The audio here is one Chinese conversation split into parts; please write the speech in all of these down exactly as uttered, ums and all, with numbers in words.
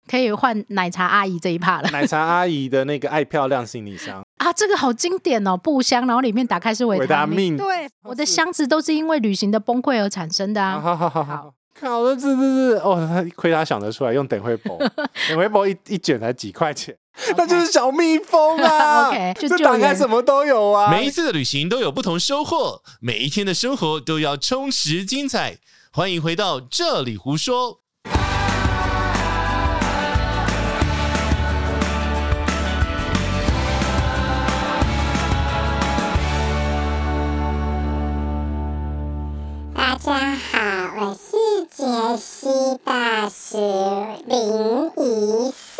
可以换奶茶阿姨这一趴了。 奶茶阿姨的那个爱漂亮行李箱啊，这个好经典哦，布箱，然后里面打开是维他命。对，我的箱子都是因为旅行的崩溃而产生的啊。 好好好好，看我的字字字哦，亏他想得出来用等会包，等会包一一卷才几块钱。Okay. 那就是小蜜蜂啊 ！OK， 就这打开什么都有啊。 每一次的旅行都有不同收获，每一天的生活都要充实精彩。欢迎回到这里胡说。 大家好，我是杰西大使林一岁。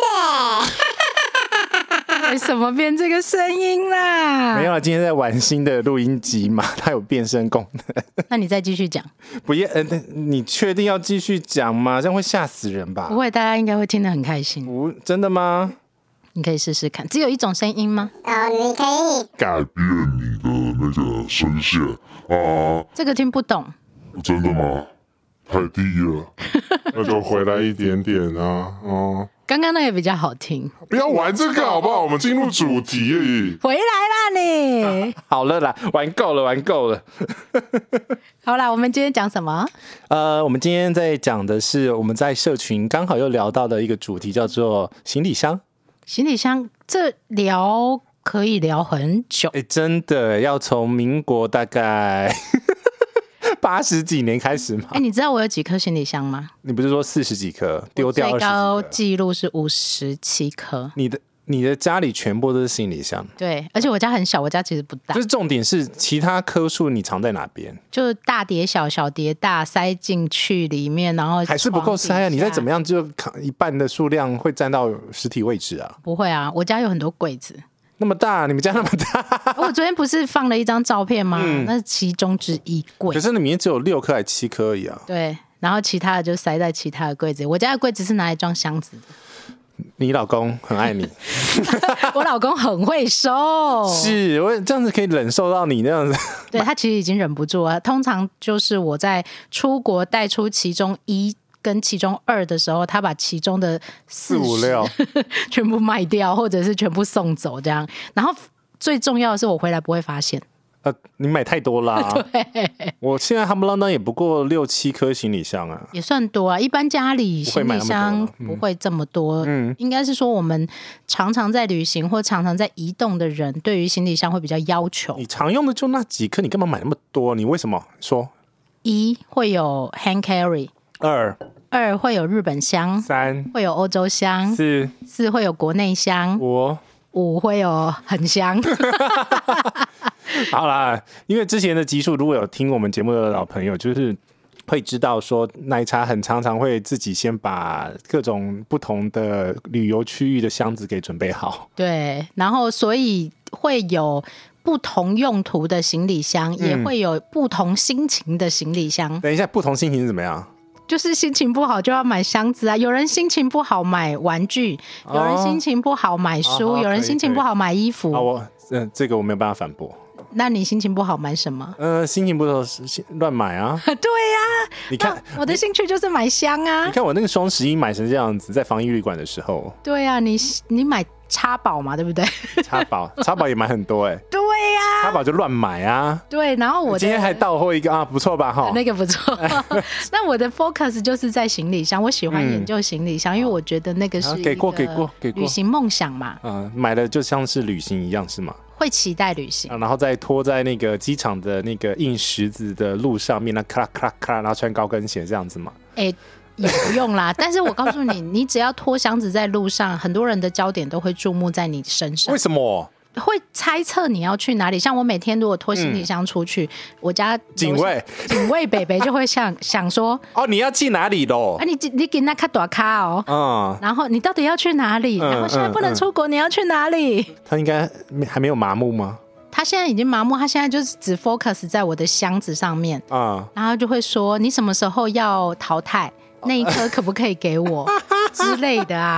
为什么变这个声音啦？ 没有啊，今天在玩新的录音机嘛，它有变声功能。 那你再继续讲。 不要，呃，你确定要继续讲吗？这样会吓死人吧？ 不会，大家应该会听得很开心。 不，真的吗？ 你可以试试看，只有一种声音吗？ 哦，你可以改变你的那个声线啊。 这个听不懂。 真的吗？太低了，那就回来一点点啊！哦， 刚刚那个比较好听。 不要玩这个好不好？我们进入主题。 回来啦你！ 好了啦，玩够了，玩够了。 好啦，我们今天讲什么？ 呃，我们今天在讲的是我们在社群刚好又聊到的一个主题，叫做行李箱。 行李箱，这聊可以聊很久。 哎，真的要从民国大概。八十几年开始吗？ 哎、欸，你知道我有几颗行李箱吗？ 你不是说四十几颗丢掉？ 最高纪录是五十七颗。 你的你的家里全部都是行李箱？ 对，而且我家很小，我家其实不大。 就是重点是其他颗数你藏在哪边？ 就大叠小，小叠大，塞进去里面，然后还是不够塞啊！你再怎么样就一半的数量会占到实体位置啊？ 不会啊，我家有很多柜子。 那么大，你们家那么大？ 我昨天不是放了一张照片吗？嗯、那是其中之一柜。 可是里面只有六颗还七颗而已啊。 对，然后其他的就塞在其他的柜子。我家的柜子是拿来装箱子的。 你老公很爱你。 我老公很会收。 是，我这样子可以忍受到你那样子。 对，他其实已经忍不住了。通常就是我在出国带出其中一跟其中二的时候，他把其中的四五六全部卖掉，或者是全部送走这样。然后最重要的是，我回来不会发现。 呃，你买太多啦、啊。 对， 我现在夯不啷当也不过六七颗行李箱啊， 也算多啊。一般家里行李箱不会这么多，嗯，应该是说我们常常在旅行或常常在移动的人，对于行李箱会比较要求。 你常用的就那几颗，你干嘛买那么多？你为什么说？ 一会有 hand carry。 二二会有日本箱， 三会有欧洲箱， 四四会有国内箱， 五五会有横箱。 好啦，因为之前的集数如果有听我们节目的老朋友，就是会知道说奶茶很常常会自己先把各种不同的旅游区域的箱子给准备好。 对，然后所以会有不同用途的行李箱，嗯、也会有不同心情的行李箱。 等一下，不同心情是怎么样？就是心情不好就要买箱子啊，有人心情不好买玩具，哦、有人心情不好买书，哦、有人心情不好买衣服。 啊，我嗯、呃，这个我没有办法反驳。 那你心情不好买什么？ 呃，心情不好乱买啊。 对呀、啊， 你看我的兴趣就是买箱啊。 你看我那个双十一买成这样子，在防疫旅馆的时候。 对啊，你你买插宝嘛，对不对？ 插宝，插宝也买很多哎、欸。 对呀、啊， 插宝就乱买啊。 对，然后我今天还到货一个啊，不错吧？哈， 那个不错。那我的 focus 就是在行李箱，我喜欢研究行李箱，嗯、因为我觉得那个是一个旅行梦想嘛。 嗯，买的就像是旅行一样，是吗？ 会期待旅行、 啊，然后再拖在那个机场的那个硬石子的路上面，那咔啦咔啦咔啦，然后穿高跟鞋这样子嘛。 哎、欸，也不用啦。但是我告诉你，你只要拖箱子在路上，很多人的焦点都会注目在你身上。 为什么？ 会猜测你要去哪里。像我每天如果拖行李箱出去，嗯、我家警卫警卫北北就会想想说， 哦，你要去哪里咯？ 啊，你你给那卡大卡哦，嗯，然后你到底要去哪里？嗯、然后现在不能出国，嗯、你要去哪里？ 他应该还没有麻木吗？ 他现在已经麻木，他现在就是只 focus 在我的箱子上面啊，然后就会说你什么时候要淘汰，那一颗可不可以给我之类的啊？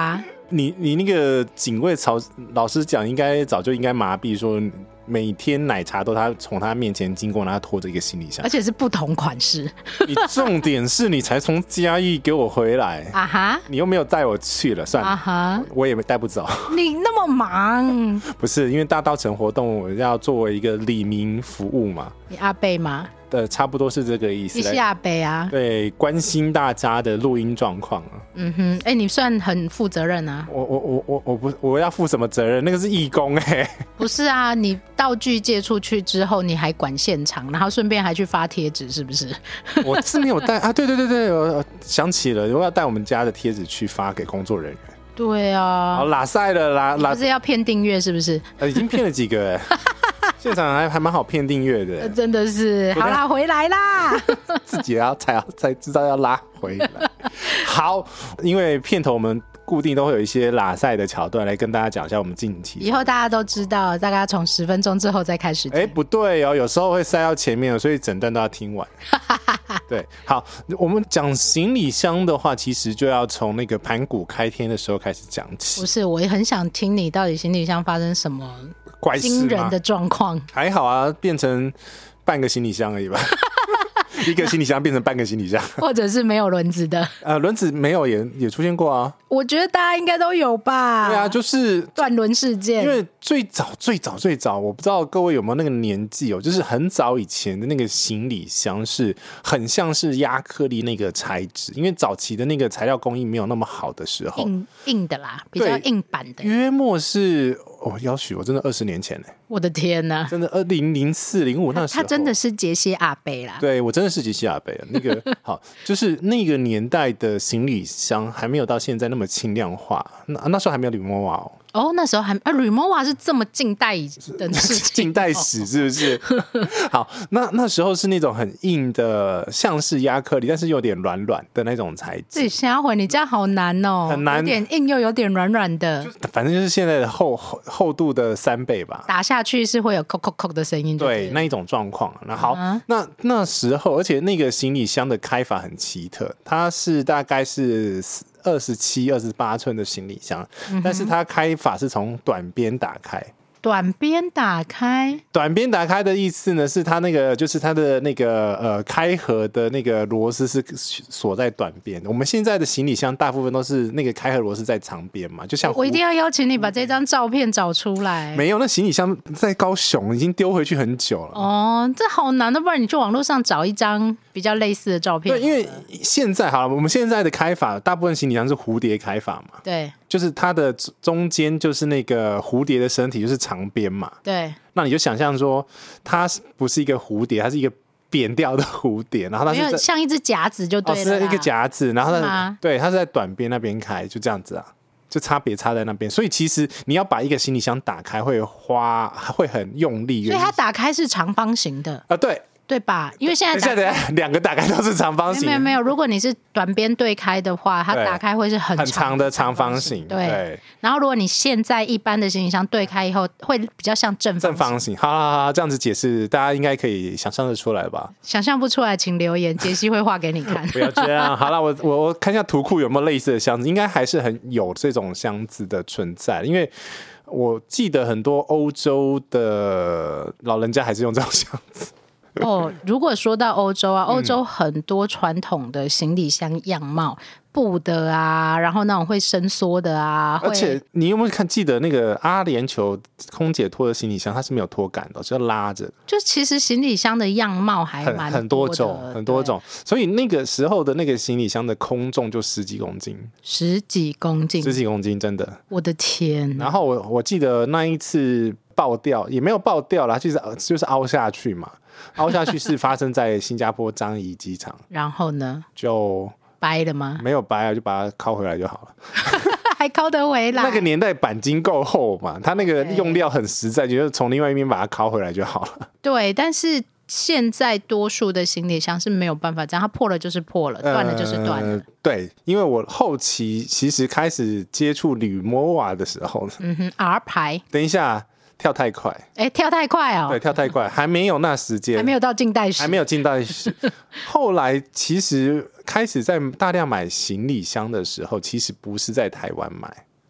你你那个警卫曹老师讲，应该早就应该麻痹说。每天奶茶都他从他面前经过，然后他拖着一个行李箱， 而且是不同款式。 你重点是你才从嘉义给我回来啊哈，你又没有带我去了，算了啊哈，我也带不走。 你那么忙？ 不是因为大稻埕活动，我要作为一个里民服务嘛。 你阿伯吗？ 呃，差不多是这个意思。 你是阿伯啊？ 对，关心大家的录音状况啊。 嗯哼，哎、欸，你算很负责任啊。 我我我我我不我要负什么责任？那个是义工哎、欸。不是啊，你道具借出去之后，你还管现场，然后顺便还去发贴纸，是不是？ 我是没有带啊，对对对对，我想起了，我要带我们家的贴纸去发给工作人员。 对啊， 好拉塞了啦， 你不是要骗订阅是不是？ 呃，已经骗了几个哎。现场还还蛮好骗订阅的， 真的是。好啦，回来啦， 自己要才要才知道要拉回来。好，因为片头我们固定都会有一些拉赛的桥段来跟大家讲一下我们近期。 以后大家都知道，大概从十分钟之后再开始。 哎，不对哦，有时候会塞到前面，所以整段都要听完。对，好，我们讲行李箱的话，其实就要从那个盘古开天的时候开始讲起。 不是，我也很想听你到底行李箱发生什么怪事惊人的状况。 还好啊，变成半个行李箱而已吧。一个行李箱变成半个行李箱， 或者是没有轮子的。 呃，轮子没有也也出现过啊。 我觉得大家应该都有吧。 对啊，就是断轮事件。 因为最早最早最早，我不知道各位有没有那个年纪哦，就是很早以前的那个行李箱是很像是亚克力那个材质，因为早期的那个材料工艺没有那么好的时候， 硬硬的啦，比较硬版的。 约莫是哦，要许我真的二十年前嘞。 我的天哪！ 真的，二零零四零五那时候， 他真的是杰西阿贝啦。 对，我真的是杰西阿贝啊。那个好，就是那个年代的行李箱还没有到现在那么轻量化，那那时候还没有铝摩瓦哦。 哦，那时候还啊，铝摩瓦是这么近代的事情， 近代史是不是？好，那那时候是那种很硬的，像是亚克力，但是有点软软的那种材质。 自己瞎回，你这样好难哦， 很难， 有点硬又有点软软的， 反正就是现在的厚厚度的三倍吧。 打下去是会有扣扣扣的声音， 对，那一种状况。那好，嗯、那那时候，而且那个行李箱的开法很奇特，它是大概是二十七、二十八寸的行李箱，嗯、但是它开法是从短边打开。 短边打开， 短边打开的意思呢，是它那个就是它的那个呃开合的那个螺丝是锁在短边。我们现在的行李箱大部分都是那个开合螺丝在长边嘛，就像我一定要邀请你把这张照片找出来。 没有，那行李箱在高雄已经丢回去很久了。 哦，这好难的，不然你去网络上找一张比较类似的照片。 对，因为现在好了，我们现在的开法，大部分行李箱是蝴蝶开法嘛。 对。 就是它的中间就是那个蝴蝶的身体，就是长边嘛。 对， 那你就想象说，它不是一个蝴蝶，它是一个扁掉的蝴蝶，然后它是没有像一只夹子就对了啦。 哦，是一个夹子，然后它对，它是在短边那边开，就这样子啊，就差别差在那边。所以其实你要把一个行李箱打开，会花会很用力。 所以它打开是长方形的啊， 对。 对吧？因为现在打开两个打开都是长方形， 没有没有。如果你是短边对开的话，它打开会是很长很长的长方形。 对。 对然后如果你现在一般的行李箱对开以后，会比较像正方形。 正方形，好好好，这样子解释，大家应该可以想象得出来吧？ 想象不出来，请留言，杰西会画给你看。 不要这样。好了，我我我看一下图库有没有类似的箱子，应该还是很有这种箱子的存在，因为我记得很多欧洲的老人家还是用这种箱子。 哦，如果说到欧洲啊，欧洲很多传统的行李箱样貌，布的啊，然后那种会伸缩的啊， 而且你有没有看记得那个阿联酋空姐拖的行李箱，它是没有拖杆的，是要拉着。 就其实行李箱的样貌还蛮多的， 很多种，很多种，所以那个时候的那个行李箱的空重就十几公斤， 十几公斤， 十几公斤，真的， 我的天！ 然后我我记得那一次爆掉，也没有爆掉啦，就是就是凹下去嘛。凹下去是发生在新加坡樟宜机场， 然后呢， 就掰了吗？ 没有掰啊，就把它拷回来就好了。 还拷得回来？ 那个年代钣金够厚嘛，它那个用料很实在，就是从另外一边把它拷回来就好了。 对，但是现在多数的行李箱是没有办法这样，它破了就是破了，断了就是断了。呃、 对，因为我后期其实开始接触铝摩瓦的时候， 嗯哼 ，R 牌。 等一下。跳太快， 哎、欸，跳太快哦！ 对，跳太快，还没有那时间， 还没有到近代史， 还没有近代史。后来其实开始在大量买行李箱的时候，其实不是在台湾买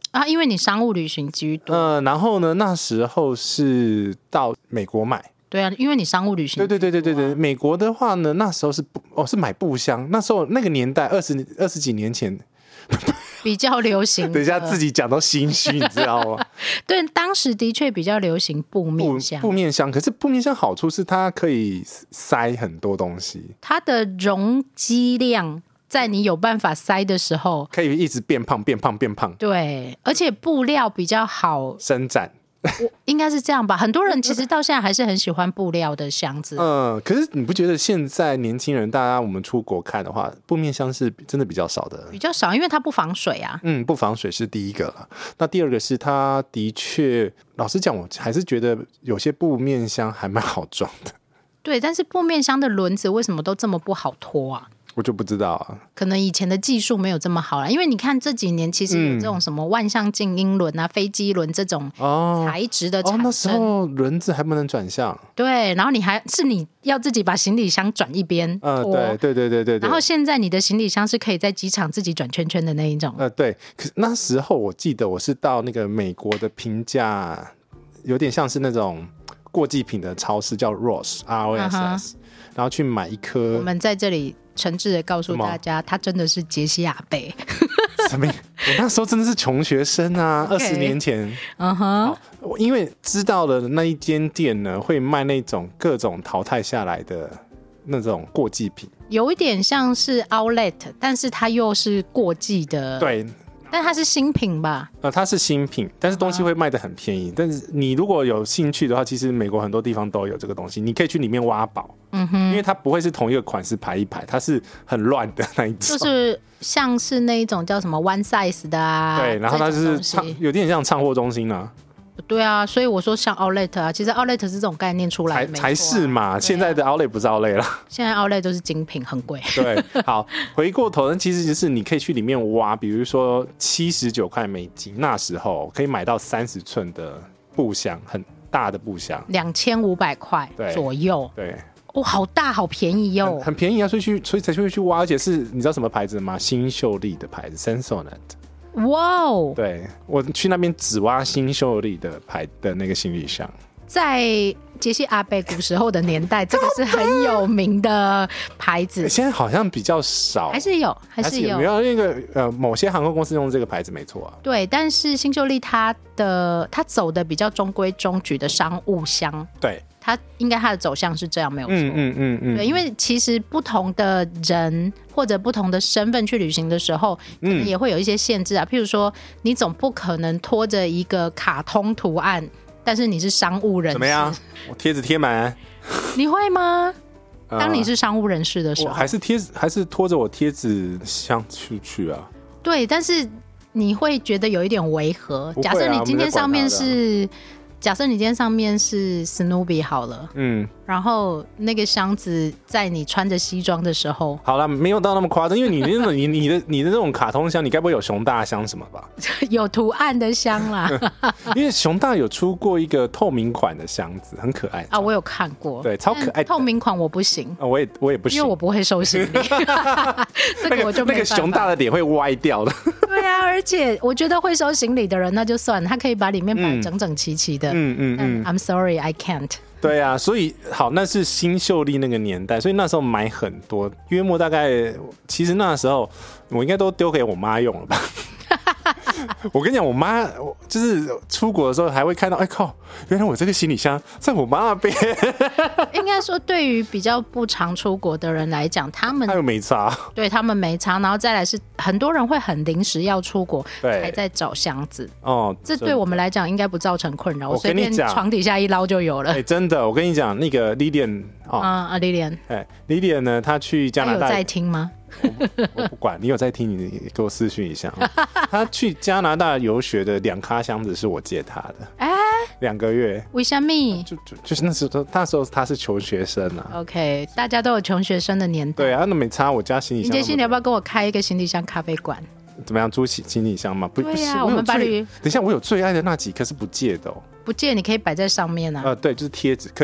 啊，因为你商务旅行居多。 呃，然后呢，那时候是到美国买。 对啊，因为你商务旅行、啊。 对对对对对对，美国的话呢，那时候是哦是买布箱，那时候那个年代二十二十几年前。 比较流行， 等一下自己讲到心虚，你知道吗？ 对，当时的确比较流行布面箱。 布, 布面箱，可是布面箱好处是它可以塞很多东西， 它的容积量在你有办法塞的时候， 可以一直变胖、变胖、变胖。 对，而且布料比较好伸展。 我应该是这样吧，很多人其实到现在还是很喜欢布料的箱子。 嗯，可是你不觉得现在年轻人，大家我们出国看的话，布面箱是真的比较少的， 比较少，因为它不防水啊。 嗯，不防水是第一个了。那第二个是它的确，老实讲，我还是觉得有些布面箱还蛮好装的。 对，但是布面箱的轮子为什么都这么不好拖啊？ 我就不知道啊， 可能以前的技术没有这么好了，因为你看这几年其实有这种什么万向静音轮啊、嗯、飞机轮这种材质的产生、 哦哦、那时候轮子还不能转向， 对，然后你还是你要自己把行李箱转一边， 呃，对对对对对， 然后现在你的行李箱是可以在机场自己转圈圈的那一种， 呃，对，可是那时候我记得我是到那个美国的平价，有点像是那种过季品的超市，叫 Ross R O S S、uh-huh. 然后去买一颗， 我们在这里诚挚的告诉大家，他真的是杰西亚贝。 什么？我那时候真的是穷学生啊，二十、okay. 年前。嗯哼，我因为知道了那一间店呢，会卖那种各种淘汰下来的那种过季品， 有一点像是 Outlet， 但是它又是过季的。 对。 但它是新品吧？ 呃，它是新品，但是东西会卖得很便宜。Uh-huh. 但是你如果有兴趣的话，其实美国很多地方都有这个东西，你可以去里面挖宝。嗯哼，因为它不会是同一个款式排一排，它是很乱的那一种。就是像是那一种叫什么 One Size 的啊。 对，然后它就是唱，有点像唱货中心啊。 对啊，所以我说像 Outlet 啊，其实 Outlet 是这种概念出来的， 才, 才是嘛、啊。现在的 Outlet 不是 Outlet 啦， 现在 Outlet 都是精品，很贵。 对，好，回过头，其实就是你可以去里面挖，比如说七十九块美金，那时候可以买到三十寸的布箱，很大的布箱， 两千五百块左右。 对， 哦，好大，好便宜哟、哦很，很便宜啊，所以去，所以才会去挖，而且是你知道什么牌子吗？新秀丽的牌子 Sensonet。 哇哦！ 对，我去那边只挖新秀丽的牌的那个行李箱， 在杰西阿贝古时候的年代，这个是很有名的牌子。 现在好像比较少， 还是有，还是有。 没有那个呃，某些航空公司用这个牌子没错啊。 对，但是新秀丽它的它走的比较中规中矩的商务箱。 对。 它应该它的走向是这样，没有错。 嗯嗯嗯嗯。 对，因为其实不同的人或者不同的身份去旅行的时候，可能也会有一些限制啊。譬如说，你总不可能拖着一个卡通图案，但是你是商务人士。 怎么样？我贴纸贴满。 你会吗？当你是商务人士的时候， 我还是贴还是拖着我贴纸箱出去啊？ 对，但是你会觉得有一点违和。 啊、 假设你今天上面是。假设你今天上面是 Snoopy 好了，嗯，然后那个箱子在你穿着西装的时候， 好了，没有到那么夸张，因为你那种你你的你的那种卡通箱，你该不会有熊大箱什么吧？ 有图案的箱啦， 因为熊大有出过一个透明款的箱子，很可爱啊，我有看过， 对，超可爱的。 透明款我不行， 啊，我也我也不行， 因为我不会收行李，这个我就没办法。 那个熊大的脸会歪掉的。 对啊，而且我觉得会收行李的人那就算，他可以把里面摆整整齐齐的。嗯嗯嗯 I'm sorry, I can't。 对啊，所以好，那是新秀丽那个年代，所以那时候买很多，约莫大概，其实那时候我应该都丢给我妈用了吧。我跟你讲，我妈就是出国的时候还会看到，哎靠，原来我这个行李箱在我妈那边。 应该说，对于比较不常出国的人来讲，他们他又没差， 对他们没差，然后再来是很多人会很临时要出国，才在找箱子。哦，这对我们来讲应该不造成困扰，我随便床底下一捞就有了。 哎，真的，我跟你讲，那个 Lilian 哦， 啊啊 Lilian， 哎 Lilian 呢，她去加拿大， 她有在听吗？ 我, 我不管，你有在听，你给我私讯一下。他去加拿大游学的两咖箱子是我借他的，哎、欸，两个月。 为什么？ 就就就是那时候，那时候他是穷学生啊。 OK， 大家都有穷学生的年代。 对啊，那没差，我家行李箱。 林杰西，你要不要跟我开一个行李箱咖啡馆？ 怎么样，租起行李箱吗？不， 对呀、 啊， 我们把你。 等一下，我有最爱的那几颗是不借的哦。 不借，你可以摆在上面啊。 呃，对，就是贴纸，可以啊。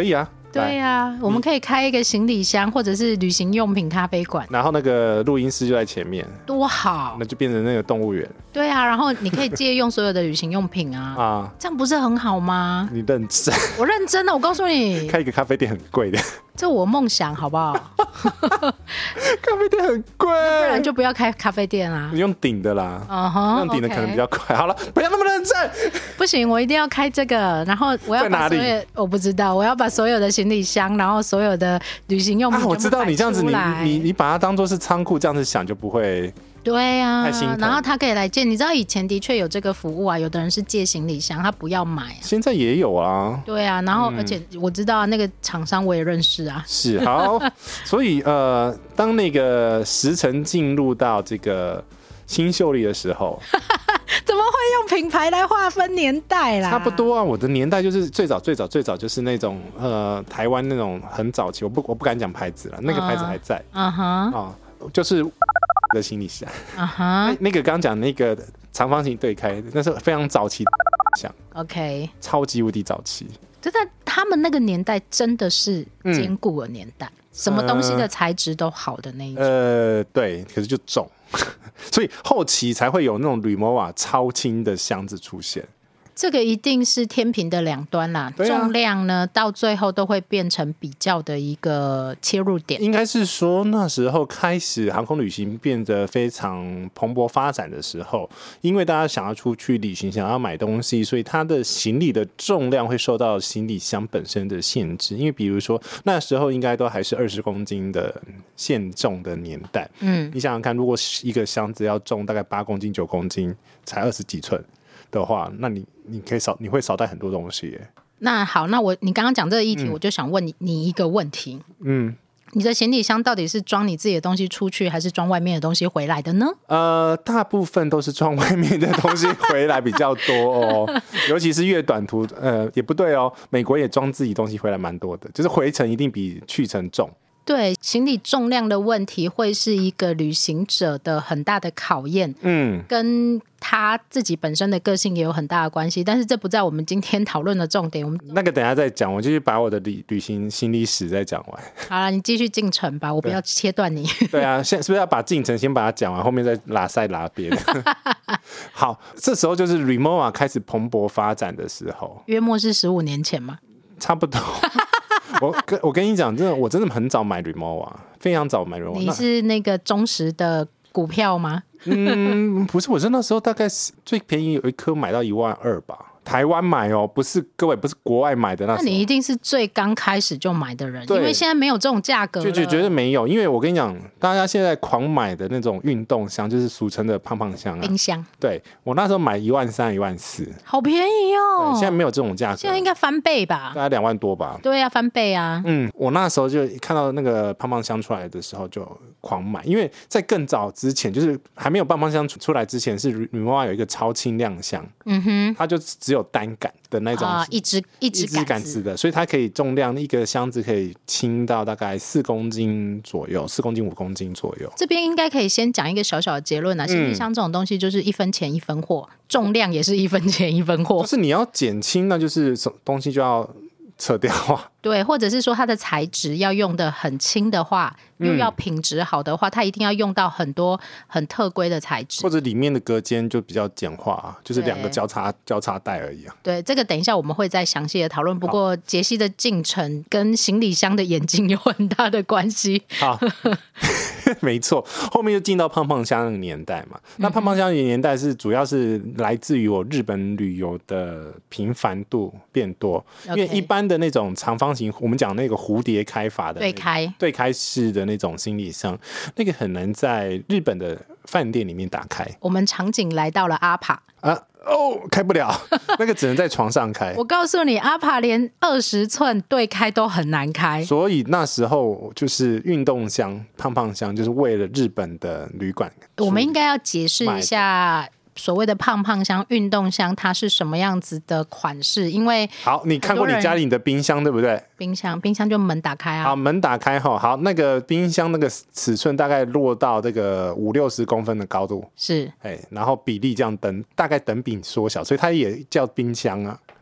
对呀、啊，我们可以开一个行李箱或者是旅行用品咖啡馆， 然后那个录音室就在前面， 多好。 那就变成那个动物园。 对啊，然后你可以借用所有的旅行用品啊， 啊， 这样不是很好吗？ 你认真？ 我认真的，我告诉你， 开一个咖啡店很贵的， 这我梦想好不好？ 咖啡店很贵， 不然就不要开咖啡店啊你。用顶的啦， 嗯哼， 用顶的可能 OK 比较快。好了，不要那么认真。 不行，我一定要开这个，然后我要在哪里把所有，我不知道，我要把所有的行李箱，然后所有的旅行用品啊， 全部我知道你这样子，你摆出来你你把它当做是仓库，这样子想就不会。 对啊太心疼， 然后他可以来借，你知道以前的确有这个服务啊，有的人是借行李箱，他不要买啊。 现在也有啊。 对啊，然嗯后而且我知道、啊、那个厂商我也认识啊。 是好，所以呃，当那个时辰进入到这个新秀丽的时候， 怎么会用品牌来划分年代啦？ 差不多啊。我的年代就是最早最早最早就是那种呃台湾那种很早期，我不我不敢讲牌子了，那个牌子还在嗯哼， 啊，就是的行李箱。 嗯哼那那个刚刚讲那个长方形对开，那是非常早期的箱， ，OK。 超级无敌早期。 就在他们那个年代，真的是坚固的年代，什么东西的材质都好的那一种。 呃，对，可是就重，所以后期才会有那种 Rimowa 超轻的箱子出现。 这个一定是天平的两端啦， 对啊重量呢到最后都会变成比较的一个切入点。 应该是说那时候开始航空旅行变得非常蓬勃发展的时候，因为大家想要出去旅行，想要买东西，所以它的行李的重量会受到行李箱本身的限制。因为比如说那时候应该都还是二十公斤的限重的年代， 嗯， 你想想看，如果一个箱子要重大概八公斤、九公斤，才二十几寸的话，那你你可以少，你会少带很多东西耶。 那好，那我你刚刚讲这个议题，我就想问你你一个问题， 嗯， 你的行李箱到底是装你自己的东西出去，还是装外面的东西回来的呢？ 呃，大部分都是装外面的东西回来比较多哦，尤其是越短途，呃，也不对哦，美国也装自己东西回来蛮多的，就是回程一定比去程重。 对，行李重量的问题会是一个旅行者的很大的考验， 嗯， 跟他自己本身的个性也有很大的关系，但是这不在我们今天讨论的重点。我们那个等一下再讲，我继续把我的旅旅行行李史再讲完。 好了，你继续进程吧，我不要切断你。 对啊，现是不是要把进程先把它讲完，后面再拉塞拉别的？好，这时候就是 Rimowa 开始蓬勃发展的时候， 约莫是十五年前嘛。 差不多。我跟我跟你讲，真的，我真的很早买 Rimowa， 非常早买 Rimowa。 你是那个忠实的股票吗？ 嗯，不是，我是那时候大概是最便宜有一颗买到一万二吧，台湾买哦，不是各位，不是国外买的那时候。 那你一定是最刚开始就买的人， 对因为现在没有这种价格了。 就就觉得没有，因为我跟你讲，大家现在狂买的那种运动箱，就是俗称的胖胖箱啊。 冰箱对我那时候买一万三、一万四， 好便宜哦， 现在没有这种价格， 现在应该翻倍吧大？概两万多吧。 对啊，翻倍啊。 嗯，我那时候就看到那个胖胖箱出来的时候就狂买，因为在更早之前，就是还没有胖胖箱出来之前，是 Rimowa 有一个超轻量箱， 嗯哼， 它就只有单杆的那种。 啊，一支一支一支杆子的，所以它可以重量一个箱子可以轻到大概四公斤左右，四公斤五公斤左右。 这边应该可以先讲一个小小的结论啊，行李箱这种东西就是一分钱一分货，重量也是一分钱一分货就。是你要减轻，那就是什么东西就要撤掉啊。 对，或者是说它的材质要用的很轻的话，又要品质好的话，它一定要用到很多很特规的材质或。者里面的隔间就比较简化啊，就是两个对交叉交叉带而已啊。 对，这个等一下我们会再详细的讨论。不过杰西的进程跟行李箱的眼睛有很大的关系。 好，没错，后面就进到胖胖箱那个年代嘛。那胖胖箱的年代是主要是来自于我日本旅游的频繁度变多，因为 OK 一般的那种长方形，我们讲那个蝴蝶开法的、那个、 对开， 对开式的那种行李箱，那个很难在日本的饭店里面打开我们场景来到了阿帕。 啊。哦，开不了，那个只能在床上开。 我告诉你，阿帕连二十寸对开都很难开。 所以那时候就是运动箱、胖胖箱，就是为了日本的旅馆。 我们应该要解释一下所谓的胖胖箱、运动箱，它是什么样子的款式？因为好，你看过你家里的冰箱对不对？ 冰箱，冰箱就门打开啊。 好，门打开后，好，那个冰箱那个尺寸大概落到这个五六十公分的高度， 是哎，然后比例这样等，大概等比缩小，所以它也叫冰箱啊。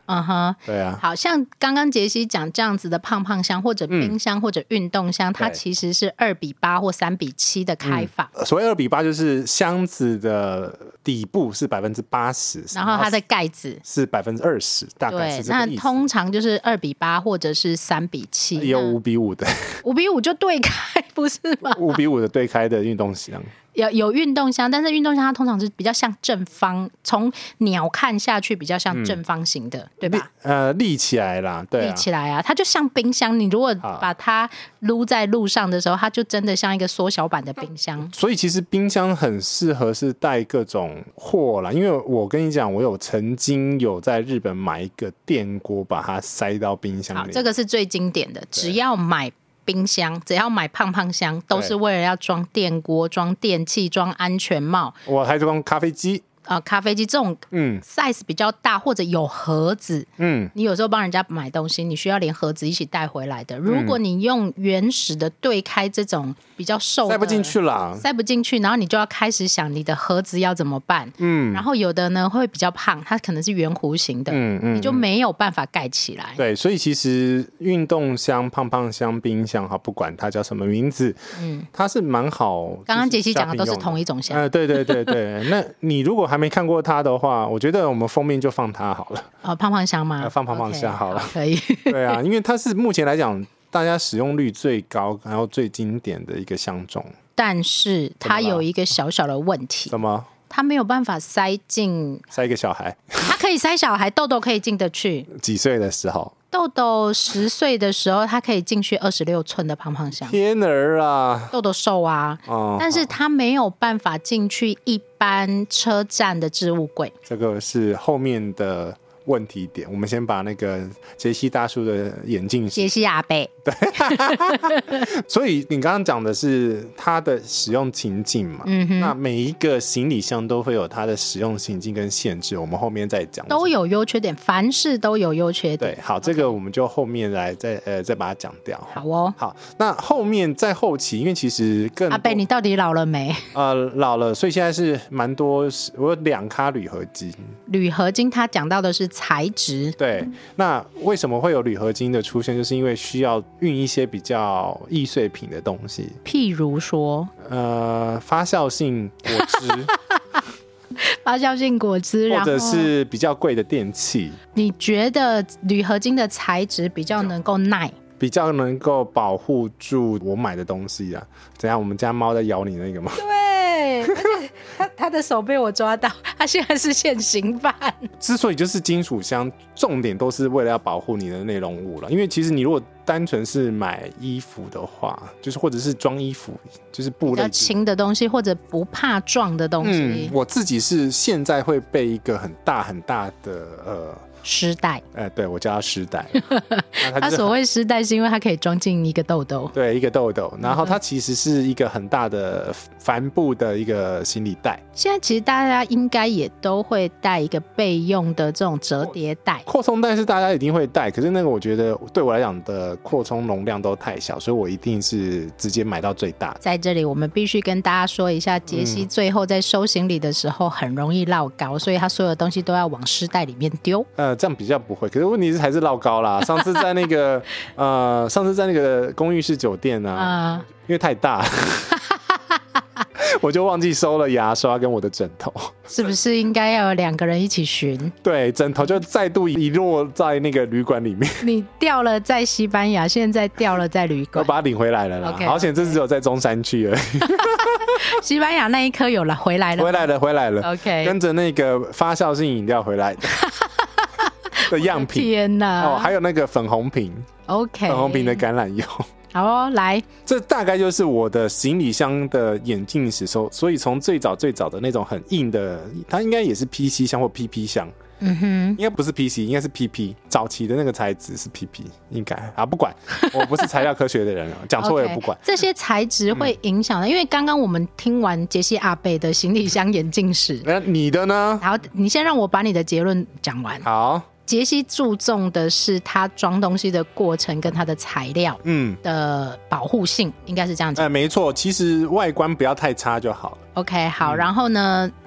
嗯哼， 对啊， 好像刚刚杰西讲这样子的胖胖箱或者冰箱、嗯、或者运动箱，它其实是二比八或三比七的开法、 嗯、所谓二比八就是箱子的底部是百分之八十， 然后它的盖子是百分之二十，大概是这个意思。 那通常就是二比八或者是三比七， 也有五比五的， 五比五就对开，不是吗？ 五比五的对开的运动箱。 有有运动箱，但是运动箱它通常是比较像正方，从鸟看下去比较像正方形的，嗯、对吧？ 呃，立起来啦，对、啊， 立起来啊，它就像冰箱。你如果把它撸在路上的时候，它就真的像一个缩小版的冰箱。 所以其实冰箱很适合是带各种货啦，因为我跟你讲，我有曾经有在日本买一个电锅，把它塞到冰箱里。 好，这个是最经典的，只要买冰箱，只要买胖胖箱，都是为了要装电锅、装电器、装安全帽。 我还装咖啡机。 呃，咖啡机这种嗯 size 比较大，或者有盒子，嗯，你有时候帮人家买东西，你需要连盒子一起带回来的。如果你用原始的对开这种比较瘦的， 塞不进去啦， 塞不进去，然后你就要开始想你的盒子要怎么办。嗯，然后有的呢会比较胖，它可能是圆弧形的，嗯嗯，你就没有办法盖起来。 对，所以其实运动箱、胖胖箱、冰箱，好，不管它叫什么名字，嗯，它是蛮好。 刚刚杰西讲的都是同一种箱。 呃，对对对对，那你如果还没看过它的话，我觉得我们封面就放它好了。 哦，胖胖箱吗？ 呃、放胖胖箱好了， okay, 好可以。 对啊，因为它是目前来讲大家使用率最高，然后最经典的一个箱种。 但是它有一个小小的问题。 什么？ 它没有办法塞进。 塞一个小孩？ 它可以塞小孩，豆豆可以进得去。 几岁的时候？ 豆豆十岁的时候，他可以进去二十六寸的胖胖箱。 天儿啊！ 豆豆瘦啊，哦、但是他没有办法进去一般车站的置物柜。 这个是后面的问题点。我们先把那个杰西大叔的眼镜， 杰西阿伯， 对，所以你刚刚讲的是它的使用情境嘛？嗯哼，那每一个行李箱都会有它的使用情境跟限制，我们后面再讲。 都有优缺点，凡事都有优缺点。 对，好，这个我们就后面来再呃再把它讲掉。 好哦， 好，那后面在后期，因为其实更阿伯，你到底老了没？ 呃，老了，所以现在是蛮多，我有两咖铝合金。 铝合金，它讲到的是材质。 对，那为什么会有铝合金的出现？就是因为需要运一些比较易碎品的东西， 譬如说， 呃，发酵性果汁， 发酵性果汁， 或者是比较贵的电器。 你觉得铝合金的材质比较能够耐？ 比较能够保护住我买的东西啊？怎样？我们家猫在咬你那个吗？ 对，而且他他的手被我抓到，他现在是现行犯。 之所以就是金属箱，重点都是为了要保护你的内容物了。因为其实你如果单纯是买衣服的话，就是或者是装衣服，就是布类比较轻的东西，或者不怕撞的东西。 嗯，我自己是现在会备一个很大很大的呃。 湿袋， 呃，对，我叫它湿袋。它, 它所谓湿袋是因为它可以装进一个豆豆， 对，一个豆豆。然后它其实是一个很大的帆布的一个行李袋。 现在其实大家应该也都会带一个备用的这种折叠袋， 扩充袋是大家一定会带，可是那个我觉得对我来讲的扩充容量都太小，所以我一定是直接买到最大的。 在这里我们必须跟大家说一下，杰西最后在收行李的时候很容易落高，所以他所有的东西都要往湿袋里面丢。 呃这样比较不会，可是问题是还是落高啦。上次在那个呃，上次在那个公寓式酒店啊，呃、因为太大，我就忘记收了牙刷跟我的枕头。 是不是应该要有两个人一起巡？ 对，枕头就再度遗落在那个旅馆里面。 你掉了在西班牙，现在掉了在旅馆， 我把它领回来了啦。Okay, 好险，这只有在中山区而已。 西班牙那一颗有了，回来了， 回来了，回来了。 OK， 跟着那个发酵性饮料回来的。的样品， 天哪！ 哦，还有那个粉红瓶 ，OK， 粉红瓶的橄榄油。 好哦，来， 这大概就是我的行李箱的演进史。所以从最早最早的那种很硬的，它应该也是 P C 箱或 P P 箱。嗯哼，应该不是 P C， 应该是 P P。早期的那个材质是 P P， 应该啊，不管，我不是材料科学的人，讲错也不管。 Okay, 这些材质会影响的，嗯、因为刚刚我们听完杰西阿贝的行李箱演进史， 那你的呢？ 好，你先让我把你的结论讲完。 好。 杰西注重的是他装东西的过程跟他的材料嗯的保护性，应该是这样讲。 哎、呃，没错，其实外观不要太差就好了。 OK， 好，嗯、然后呢，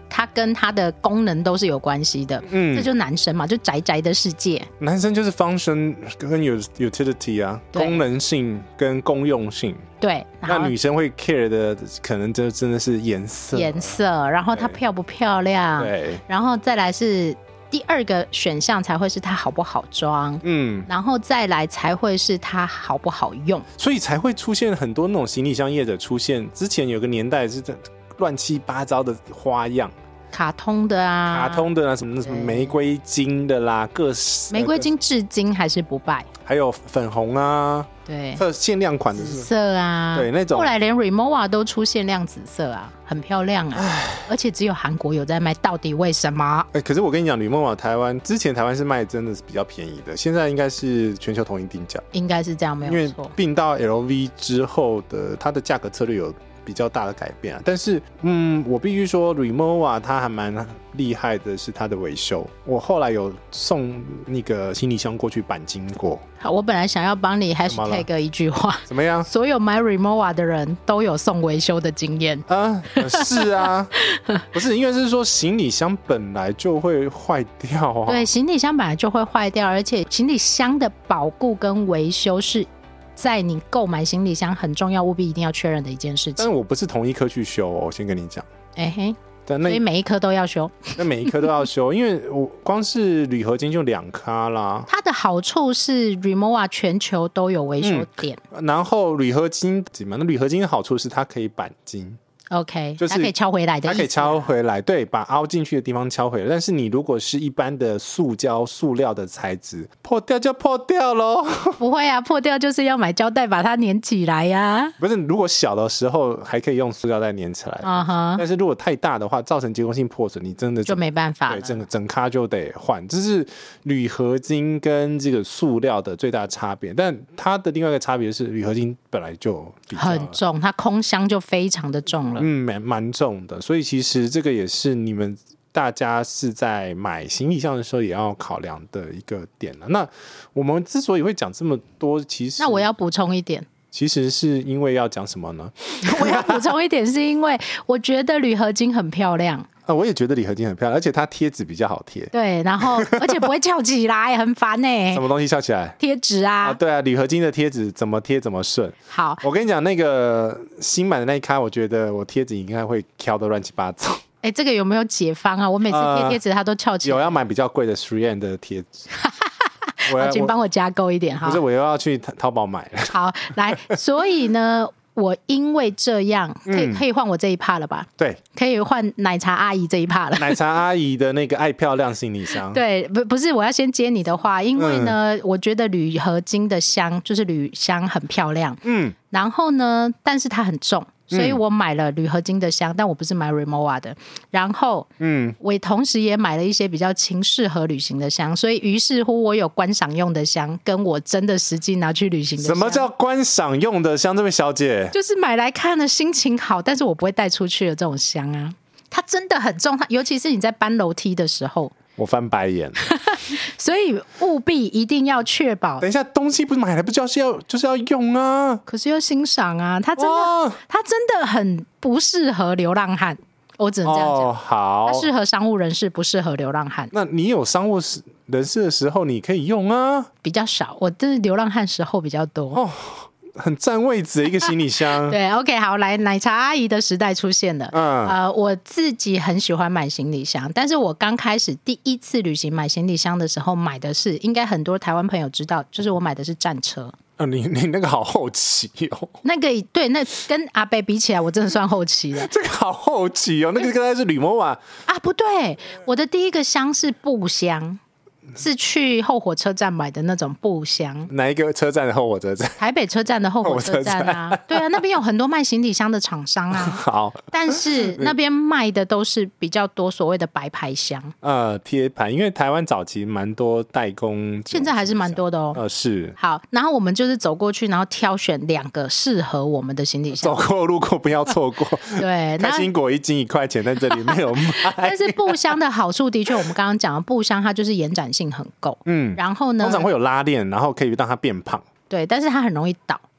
它跟它的功能都是有关系的。嗯，这就是男生嘛，就宅宅的世界。 男生就是 function 跟 utility 啊，功能性跟公用性。 对， 那女生会 care 的可能就真的是颜色， 颜色，然后它漂不漂亮， 对， 然后再来是第二个选项才会是它好不好装，嗯，然后再来才会是它好不好用， 所以才会出现很多那种行李箱业者出现。之前有个年代是乱七八糟的花样。 卡通的啊， 卡通的啊，什么什么玫瑰金的啦，各式玫瑰金至今还是不败， 还有粉红啊， 对， 特限量款的紫色啊， 对那种， 后来连 Rimowa 都出限量紫色啊，很漂亮啊，而且只有韩国有在卖，到底为什么？ 欸、可是我跟你讲，Rimowa台湾之前台湾是卖真的是比较便宜的，现在应该是全球统一定价， 应该是这样没有错。 因为并到 L V 之后的它的价格策略有比较大的改变啊，但是嗯，我必须说 Rimowa 它还蛮厉害的是它的维修，我后来有送那个行李箱过去钣金过。 好，我本来想要帮你 hashtag 一句话， 怎么样？ 所有买 Rimowa 的人都有送维修的经验啊？是啊，不是因为是说行李箱本来就会坏掉啊。 对，行李箱本来就会坏掉，而且行李箱的保固跟维修是在你购买行李箱很重要，务必一定要确认的一件事情。 但是我不是同一颗去修哦，我先跟你讲。 哎嘿， 所以每一颗都要修。 那每一颗都要修，因为我光是铝合金就两颗啦。 它的好处是 Rimowa 全球都有维修点， 嗯、然后铝合金那铝合金的好处是它可以钣金。 OK， 就是它可以敲回来的意思， 它可以敲回来，对，把凹进去的地方敲回来。但是你如果是一般的塑胶、塑料的材质，破掉就破掉咯。 不会啊，破掉就是要买胶带把它粘起来呀、啊。 不是，如果小的时候还可以用塑胶带粘起来， uh-huh. 但是如果太大的话，造成结构性破损，你真的就没办法了， 对，整个整咖就得换。这是铝合金跟这个塑料的最大差别。但它的另外一个差别是，铝合金本来就比较很重，它空箱就非常的重了， 嗯，蛮蛮重的。所以其实这个也是你们大家是在买行李箱的时候也要考量的一个点了。那我们之所以会讲这么多，其实那我要补充一点。 其实是因为要讲什么呢？ 我要补充一点，是因为我觉得铝合金很漂亮。 啊，我也觉得铝合金很漂亮，而且它贴纸比较好贴。 对，然后而且不会翘起来，很烦欸。 什么东西翘起来？贴纸啊。 啊，对啊，铝合金的贴纸怎么贴怎么顺。 好， 我跟你讲，那个新买的那一咖，我觉得我贴纸应该会挑得乱七八糟。 哎，这个有没有解方啊？我每次贴贴纸它都翘起来。 有要买比较贵的 three M 的贴纸。 我请帮我加购一点哈。 不是，我又要去淘宝买了。 好，来，所以呢，我因为这样，可以、嗯、可以换我这一趴了吧？ 对， 可以换奶茶阿姨这一趴了。 奶茶阿姨的那个爱漂亮行李箱。 对，不不是，我要先接你的话，因为呢，嗯、我觉得铝合金的箱就是铝箱很漂亮，嗯，然后呢，但是它很重。所以我买了铝合金的箱，但我不是买 Rimowa 的。然后，嗯，我同时也买了一些比较轻适合旅行的箱，所以于是乎我有观赏用的箱，跟我真的实际拿去旅行的箱。 什么叫观赏用的箱？这位小姐， 就是买来看的心情好，但是我不会带出去的这种箱啊。它真的很重，它尤其是你在搬楼梯的时候。 我翻白眼， 所以务必一定要确保。 等一下，东西不是买来不就是要就是要用啊？ 可是要欣赏啊，它真的它真的很不适合流浪汉，我只能这样讲。 哦，好， 它适合商务人士，不适合流浪汉。 那你有商务人士的时候，你可以用啊。 比较少，我这是流浪汉时候比较多。 哦，很占位置的一个行李箱。 对 ，OK， 好，来，奶茶阿姨的时代出现了。嗯，呃，我自己很喜欢买行李箱，但是我刚开始第一次旅行买行李箱的时候，买的是应该很多台湾朋友知道，就是我买的是战车。 啊，你你那个好后期哦。 那个对，那跟阿伯比起来，我真的算后期了。 这个好后期哦，那个刚才是铝摩瓦啊，不对，我的第一个箱是布箱。是去后火车站买的那种布箱。 哪一个车站的后火车站？ 台北车站的后火车站啊。对啊，那边有很多卖行李箱的厂商啊。 好， 但是那边卖的都是比较多所谓的白牌箱。 呃，贴牌，因为台湾早期蛮多代工， 现在还是蛮多的哦。 呃，是。 好，然后我们就是走过去，然后挑选两个适合我们的行李箱。 走过路过不要错过。 对， 开心果一斤一块钱，在这里没有卖。 但是布箱的好处的确，我们刚刚讲的布箱，它就是延展性很够。嗯，然后呢， 通常会有拉链，然后可以让它变胖。 对，但是它很容易倒。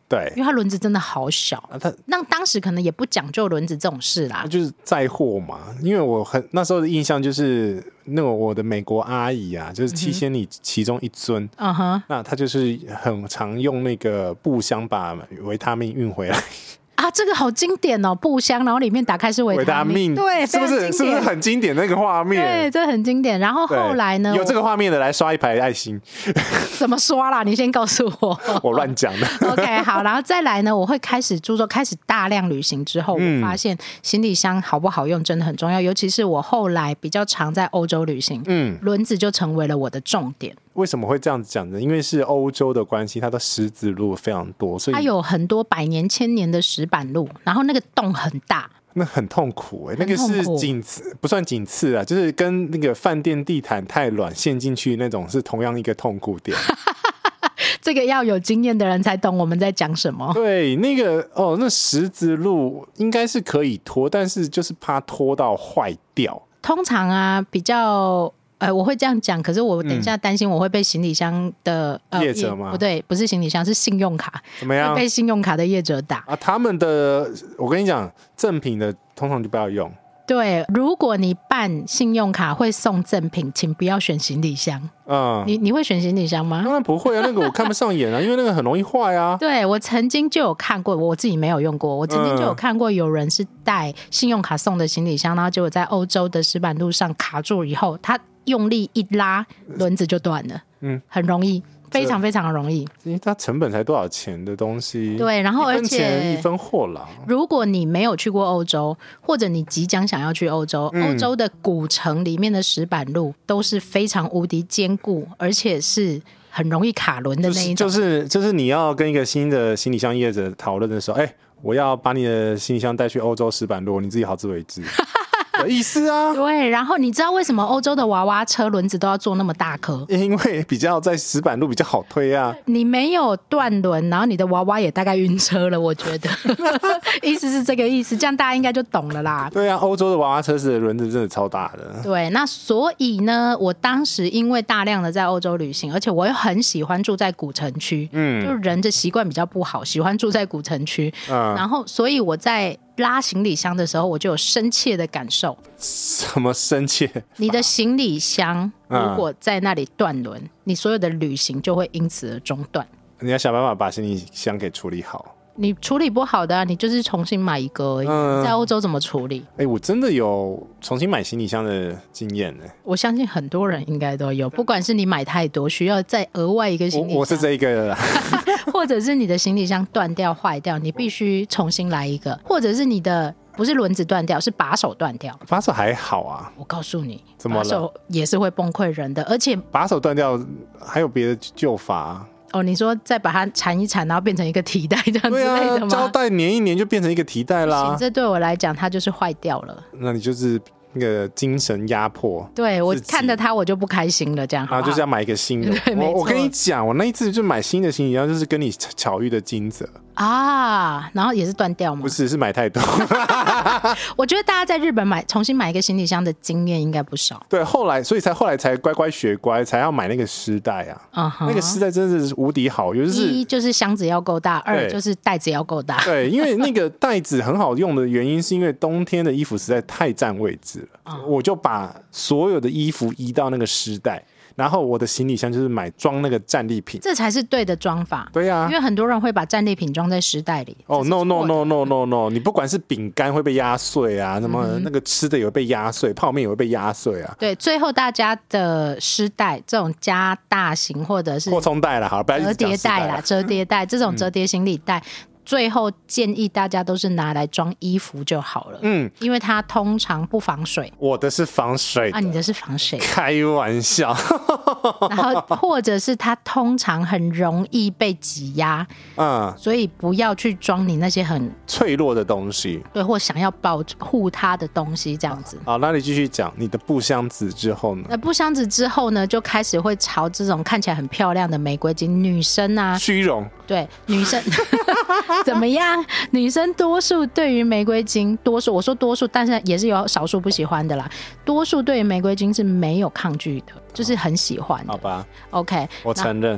对， 因为它轮子真的好小。 啊，它那当时可能也不讲究轮子这种事啦。 就是载货嘛，因为我很那时候的印象就是那个我的美国阿姨啊，就是七仙女其中一尊， 嗯哼， 那她就是很常用那个布箱把维他命运回来。 啊，这个好经典哦，布箱，然后里面打开是维他命，对， 是不是？是不是很经典那个画面？ 对，这很经典。然后后来呢？ 有这个画面的来刷一排爱心。 怎么刷啦？你先告诉我。 我乱讲的。 OK， 好，然后再来呢？我会开始注重，开始大量旅行之后， 嗯、 我发现行李箱好不好用真的很重要，尤其是我后来比较常在欧洲旅行，嗯，轮子就成为了我的重点。 为什么会这样子讲呢？因为是欧洲的关系，它的石子路非常多，所以它有很多百年、千年的石板路，然后那个洞很大， 那很痛苦哎、欸，那个是仅次不算仅次啊，就是跟那个饭店地毯太软陷进去那种是同样一个痛苦点。 这个要有经验的人才懂我们在讲什么。 对，那个哦，那石子路应该是可以拖，但是就是怕拖到坏掉。 通常啊，比较。呃，我会这样讲，可是我等一下担心我会被行李箱的、 嗯呃、业者吗？ 不对，不是行李箱，是信用卡。 怎么样？ 会被信用卡的业者打啊？他们的，我跟你讲，正品的通常就不要用。 对，如果你办信用卡会送赠品，请不要选行李箱。嗯，你你会选行李箱吗？ 当然不会啊，那个我看不上眼啊，因为那个很容易坏啊。 对，我曾经就有看过，我自己没有用过，我曾经就有看过有人是带信用卡送的行李箱，然后结果在欧洲的石板路上卡住以后，他用力一拉，轮子就断了。嗯，很容易。非常非常的容易， 因为它成本才多少钱的东西， 对，然后而且一分钱一分货啦。 如果你没有去过欧洲，或者你即将想要去欧洲，嗯、欧洲的古城里面的石板路都是非常无敌坚固，而且是很容易卡轮的那一种。 就是就是就是你要跟一个新的行李箱业者讨论的时候，哎、欸，我要把你的行李箱带去欧洲石板路，你自己好自为之。有意思啊， 对，然后你知道为什么欧洲的娃娃车轮子都要做那么大颗？ 因为比较在石板路比较好推啊。 你没有断轮，然后你的娃娃也大概晕车了，我觉得意思是这个意思，这样大家应该就懂了啦。 对啊，欧洲的娃娃车子的轮子真的超大的。 对，那所以呢，我当时因为大量的在欧洲旅行，而且我又很喜欢住在古城区，嗯，就人的习惯比较不好，喜欢住在古城区，嗯，然后所以我在拉行李箱的时候，我就有深切的感受。 什么深切？ 你的行李箱如果在那里断轮，嗯、你所有的旅行就会因此而中断。 你要想办法把行李箱给处理好。 你处理不好的、啊，你就是重新买一个而已。嗯、在欧洲怎么处理？ 哎、欸，我真的有重新买行李箱的经验呢。 我相信很多人应该都有，不管是你买太多，需要再额外一个行李箱， 我, 我是这一个或者是你的行李箱断掉坏掉，你必须重新来一个，或者是你的不是轮子断掉，是把手断掉。 把手还好啊， 我告诉你， 怎么了？ 把手也是会崩溃人的，而且把手断掉还有别的救法、啊。 哦，你说再把它缠一缠，然后变成一个提袋这样之类的吗？ 对啊，胶带粘一粘就变成一个提袋啦。 这对我来讲，它就是坏掉了。 那你就是那个精神压迫。 对，我看着它我就不开心了，这样好不好？ 然后就是要买一个新的。 对，没错。 我跟你讲，我那一次就买新的行李箱，就是跟你巧遇的金泽啊，然后也是断掉吗？ 不是，是买太多。 我觉得大家在日本买重新买一个行李箱的经验应该不少。 对，后来所以才后来才乖乖学乖，才要买那个丝带啊。Uh-huh. 那个丝带真的是无敌好，有就是一就是箱子要够大，二就是袋子要够大。 对，因为那个袋子很好用的原因，是因为冬天的衣服实在太占位置了， uh-huh. 我就把所有的衣服移到那个丝带。然后我的行李箱就是买装那个战利品， 这才是对的装法。 对啊， 因为很多人会把战利品装在丝带里。 哦、oh, ，no no no no no no， 你不管是饼干会被压碎啊，什么、嗯、那个吃的也会被压碎，泡面也会被压碎啊。 对，最后大家的丝带这种加大型或者是扩充袋啦，好，不要折叠袋啦，折叠袋这种折叠行李袋。嗯，最后建议大家都是拿来装衣服就好了，嗯，因为它通常不防水。 我的是防水的啊，你的是防水的， 开玩笑。 然后或者是它通常很容易被挤压，嗯，所以不要去装你那些很脆弱的东西， 对，或想要保护它的东西这样子。 好，那你继续讲你的布箱子之后呢？ 那布箱子之后呢，就开始会朝这种看起来很漂亮的玫瑰金，女生啊， 虚荣， 对，女生。怎么样？女生多数对于玫瑰金，多数我说多数，但是也是有少数不喜欢的啦。多数对于玫瑰金是没有抗拒的，就是很喜欢的。 好吧 ，OK， 我承认。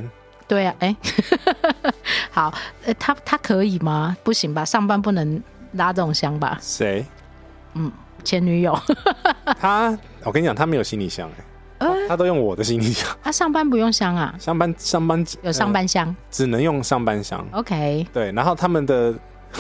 对啊，哎，好，呃，他他可以吗？不行吧，上班不能拉这种箱吧？ 谁？ 嗯，前女友。 他，我跟你讲，他没有行李箱哎、欸，他都用我的行李箱。 他、啊、上班不用箱啊？ 上班上班有上班箱、呃， 只能用上班箱。 OK， 对，然后他们的。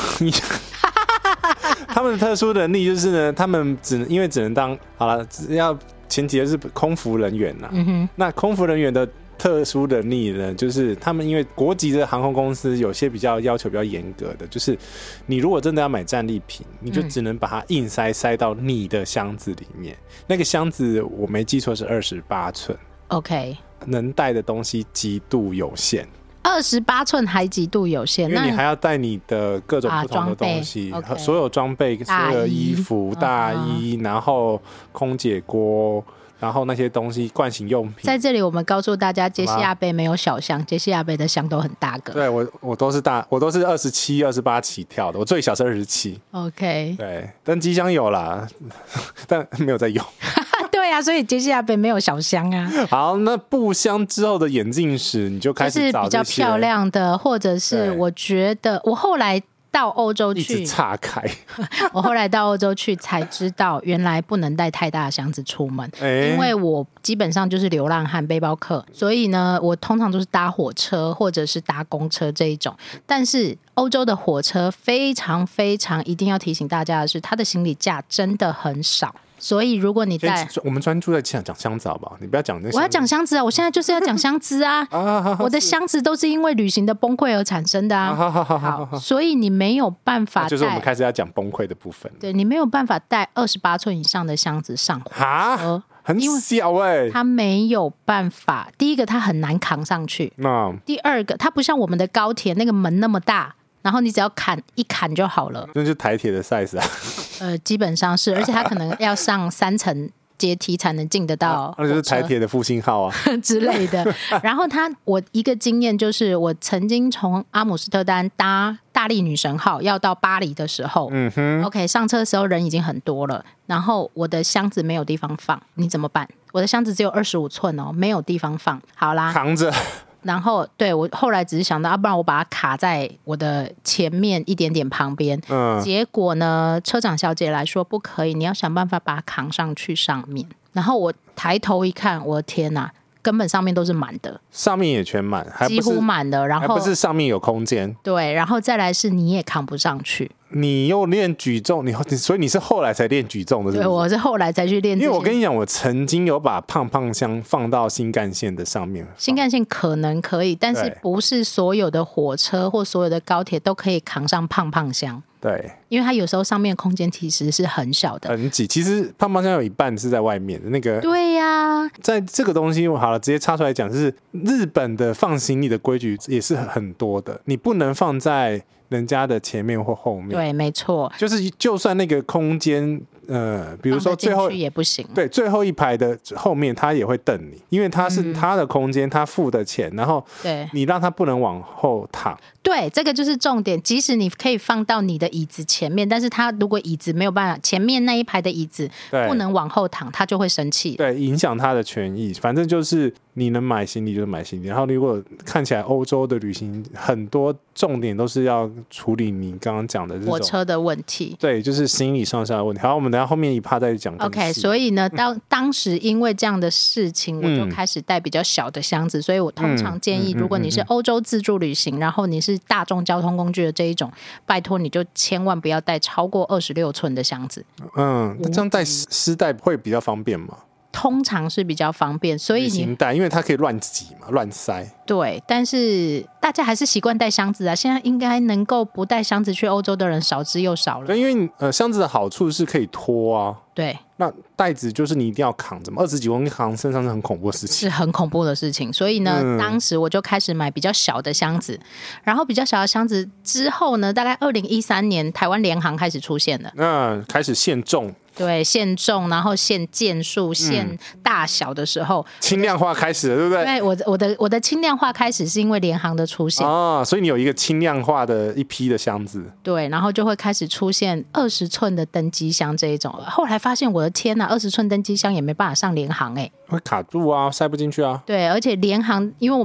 他们的特殊能力就是呢，他们只能因为只能当好了，要前提的是空服人员呐、嗯哼。那空服人员的特殊能力呢，就是他们因为国籍的航空公司有些比较要求比较严格的，就是你如果真的要买战利品，你就只能把它硬塞塞到你的箱子里面。嗯、那个箱子我没记错是二十八寸 ，OK， 能带的东西极度有限。 二十八寸还极度有限， 因为你还要带你的各种不同的东西，啊 okay、所有装备、所有衣服、大衣，然后空姐锅，然后那些东西、盥洗用品。在这里，我们告诉大家，杰西亚杯没有小箱，杰西亚杯的箱都很大个。 对我，我都是大，我都是二十七、二十八起跳的，我最小是二十七。 OK， 对，登机箱有啦，但没有在用。 对啊，所以杰西亚杯没有小箱啊。 好，那布箱之后的演进史，你就开始找这些就是比较漂亮的，或者是我觉得我后来到欧洲去， 一直岔开。 我后来到欧洲去才知道，原来不能带太大的箱子出门，欸、因为我基本上就是流浪汉、背包客，所以呢，我通常都是搭火车或者是搭公车这一种。但是欧洲的火车非常非常一定要提醒大家的是，它的行李架真的很少。所以如果你带， 我们专注在讲箱子好不好？你不要讲那。 我要讲箱子啊！我现在就是要讲箱子啊！我的箱子都是因为旅行的崩溃而产生的啊！好，所以你没有办法带， 就是我们开始要讲崩溃的部分。 对，你没有办法带二十八寸以上的箱子上火车， 很小哎、欸， 它没有办法。第一个，它很难扛上去； 那第二个，它不像我们的高铁那个门那么大。然后你只要砍一砍就好了， 那就是台铁的 size 啊。 呃，基本上是，而且它可能要上三层阶梯才能进得到， 那、啊、就是台铁的复兴号啊之类的。然后它，我一个经验就是，我曾经从阿姆斯特丹搭大力女神号要到巴黎的时候，嗯哼 ，OK， 上车的时候人已经很多了，然后我的箱子没有地方放，你怎么办？我的箱子只有二十五寸哦，没有地方放，好啦， 扛着。 然后对我后来只是想到，啊，不然我把它卡在我的前面一点点旁边。嗯，结果呢，车长小姐来说不可以，你要想办法把它扛上去上面。然后我抬头一看，我的天哪，根本上面都是满的， 上面也全满，还不是几乎满的。然后还不是上面有空间。 对，然后再来是你也扛不上去。 你又练举重，你所以你是后来才练举重的是不是？ 对，我是后来才去练。 因为我跟你讲，我曾经有把胖胖箱放到新干线的上面。 新干线可能可以，但是不是所有的火车或所有的高铁都可以扛上胖胖箱。 对， 因为它有时候上面空间其实是很小的， 很挤。其实胖胖箱有一半是在外面的那个。 对呀、啊， 在这个东西好了，直接插出来讲，就是日本的放行李的规矩也是很多的，你不能放在人家的前面或后面。 对，没错， 就是就算那个空间。呃，比如说最后也不行， 对，最后一排的后面他也会瞪你，因为他是他的空间，他付的钱，然后对你让他不能往后躺。 对，这个就是重点。即使你可以放到你的椅子前面，但是他如果椅子没有办法，前面那一排的椅子不能往后躺，他就会生气。 对，影响他的权益。反正就是你能买行李就买行李，然后如果看起来欧洲的旅行很多重点都是要处理你刚刚讲的这种火车的问题。对， 就是行李上下的问题。好，我们等一下后面一趴再讲。 OK， 所以呢，当当时因为这样的事情，我就开始带比较小的箱子，嗯、所以我通常建议，如果你是欧洲自助旅行，然后你是大众交通工具的这一种，拜托你就千万不要带超过二十六寸的箱子。 嗯，这样带湿带会比较方便吗？ 通常是比较方便，所以你带，因为它可以乱挤嘛，乱塞。 对，但是大家还是习惯带箱子啊。现在应该能够不带箱子去欧洲的人少之又少了。 对，因为呃，箱子的好处是可以拖啊。 对， 那袋子就是你一定要扛着嘛，二十几公斤扛身上是很恐怖的事情， 是很恐怖的事情。所以呢，嗯、当时我就开始买比较小的箱子，然后比较小的箱子之后呢，大概二零一三年台湾联航开始出现了， 嗯，开始限重。 对，限重，然后限件数、限大小的时候， 轻量化开始了，对不对？ 对，我我的我的轻量化开始是因为联航的出现哦，所以你有一个轻量化的一批的箱子， 对，然后就会开始出现二十寸的登机箱这一种。后来发现我的天哪，二十寸登机箱也没办法上联航哎、欸， 会卡住啊，塞不进去啊。 对，而且联航因为我们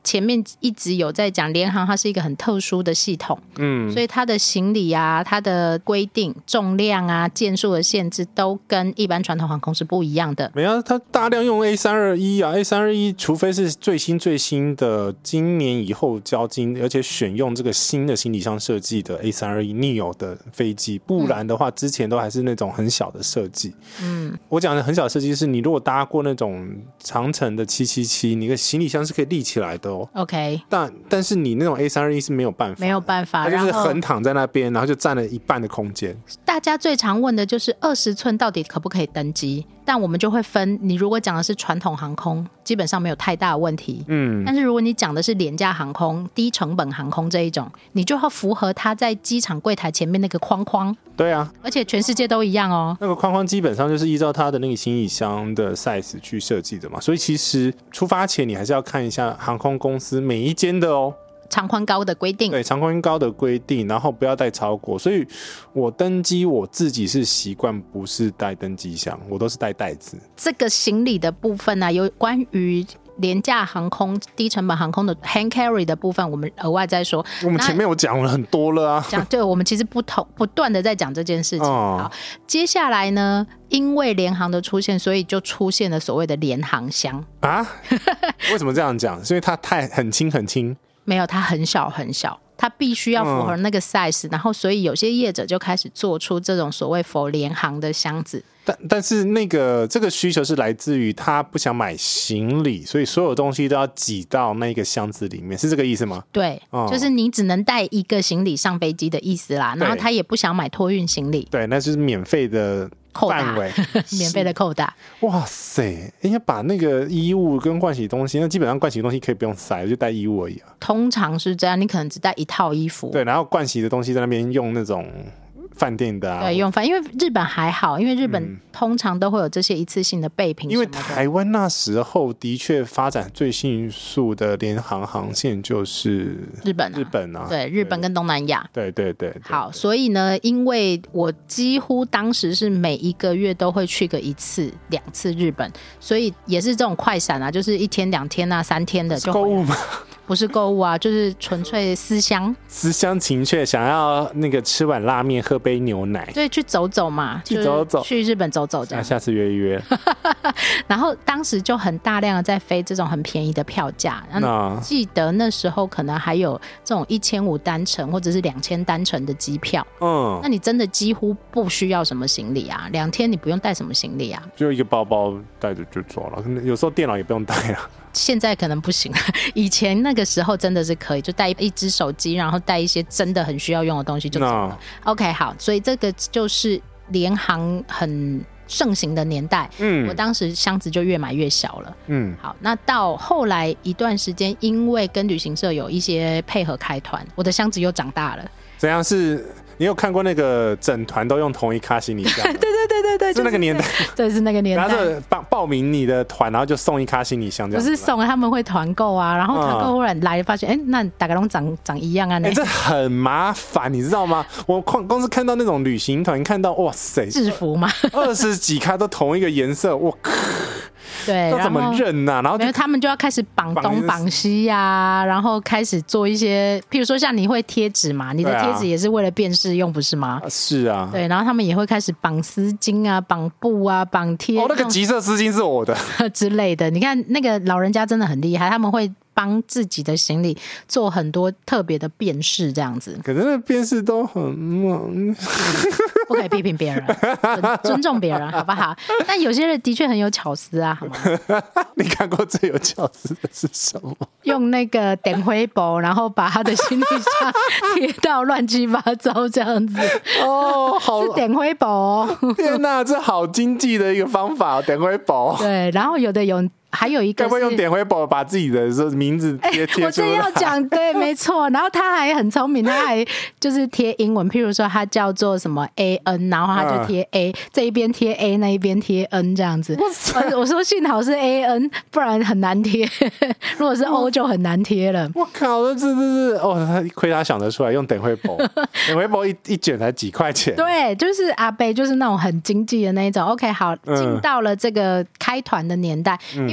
前面一直有在讲联航它是一个很特殊的系统，嗯，所以它的行李啊，它的规定重量啊，件数的限制都跟一般传统航空是不一样的。 没有，它大量用 A 三二一 啊 ，A 三二一，除非是最新最新的今年以后交金，而且选用这个新的行李箱设计的 A 三二一 neo 的飞机，不然的话，之前都还是那种很小的设计。嗯，我讲的很小的设计是你如果搭过那种长程的七七七，你的行李箱是可以立起来的哦。 OK， 但但是你那种 A 三二一 是没有办法， 没有办法， 它就是横躺在那边，然后就占了一半的空间。 大家最常问的就是二十寸到底可不可以登机？但我们就会分，你如果讲的是传统航空，基本上没有太大的问题。嗯，但是如果你讲的是廉价航空、低成本航空这一种，你就要符合它在机场柜台前面那个框框。 对啊， 而且全世界都一样哦。 那个框框基本上就是依照它的那个行李箱的 size 去设计的嘛，所以其实出发前你还是要看一下航空公司每一间的哦。 长宽高的规定， 对，长宽高的规定，然后不要带超过。所以我登机我自己是习惯不是带登机箱，我都是带袋子。 这个行李的部分呢、啊，有关于廉价航空、低成本航空的 hand carry 的部分，我们额外再说。 我们前面有讲了很多了啊， 讲对，我们其实不同不断的在讲这件事情。哦、好，接下来呢，因为联航的出现，所以就出现了所谓的联航箱啊？为什么这样讲？是因为它太很轻很轻。 没有，它很小很小，它必须要符合那个 size，、嗯、然后所以有些业者就开始做出这种所谓否联航的箱子。 但但是那个这个需求是来自于他不想买行李，所以所有东西都要挤到那个箱子里面，是这个意思吗？ 对，嗯、就是你只能带一个行李上飞机的意思啦。然后他也不想买托运行李， 对，那就是免费的范围， 免费的扣打。 哇塞，应该把那个衣物跟盥洗东西，那基本上盥洗东西可以不用塞，就带衣物而已啊。 通常是这样，你可能只带一套衣服。 对，然后盥洗的东西在那边用那种饭店的啊， 对，用饭，因为日本还好，因为日本通常都会有这些一次性的备品什么的。 因为台湾那时候的确发展最迅速的联航航线就是日本、啊， 日本啊， 对，日本跟东南亚， 对对 对, 对, 对。 好，所以呢，因为我几乎当时是每一个月都会去个一次、两次日本，所以也是这种快闪啊，就是一天、两天啊、三天的就购物吗？ 不是购物啊，就是纯粹思乡， 思乡情切，想要那个吃碗拉面，喝杯牛奶， 对，去走走嘛， 去走走， 去日本走走这样。 那下次约一约。 然后当时就很大量的在飞这种很便宜的票价，那记得那时候可能还有这种一千五单程或者是两千单程的机票。嗯，那你真的几乎不需要什么行李啊，两天你不用带什么行李啊， 就一个包包带着就走了，有时候电脑也不用带啊。 现在可能不行了，以前那个时候真的是可以，就带一只手机，然后带一些真的很需要用的东西就走了。No. OK， 好，所以这个就是联航很盛行的年代。嗯，我当时箱子就越买越小了。嗯，好，那到后来一段时间，因为跟旅行社有一些配合开团，我的箱子又长大了。 怎样是？你有看过那个整团都用同一卡行李箱？对对对对对， 是那个年代， 对，是那个年代。 然后就报报名你的团，然后就送一卡行李箱，这样不是送，他们会团购啊，然后团购忽然来发现，哎、嗯，那大家都长长一样啊， 哎、欸，这很麻烦，你知道吗？我光是看到那种旅行团，看到哇塞， 制服嘛， 二十几卡都同一个颜色，我靠。 对， 那怎么认啊？然后他们就要开始绑东绑西呀、啊，然后开始做一些，譬如说像你会贴纸嘛，你的贴纸也是为了辨识用，不是吗？ 啊是啊， 对，然后他们也会开始绑丝巾啊、绑布啊、绑贴。 哦，那个橘色丝巾是我的之类的。你看那个老人家真的很厉害，他们会帮自己的行李做很多特别的辨识，这样子。 可是那辨识都很猛， 不可以批评别人，尊, 尊重别人，好不好？但有些人的确很有巧思啊，好吗？ 你看过最有巧思的是什么？ 用那个点灰布，然后把他的行李箱贴到乱七八糟这样子。 哦，好， 是点灰布哦。 天哪，这好经济的一个方法，点灰布。 对，然后有的有。还有一个该不会用点灰布把自己的名字贴贴出来、欸、 我正要讲，对，没错。然后他还很聪明，他还就是贴英文，譬如说他叫做什么 A N， 然后他就贴 A，、嗯、这一边贴 A， 那一边贴 N 这样子。我说幸好是 A N， 不然很难贴。如果是 O 就很难贴了。 我靠，这这这哦，亏他想得出来用点灰布，点灰布一一卷才几块钱。 对，就是阿伯就是那种很经济的那一种。OK， 好，进到了这个开团的年代，嗯、因为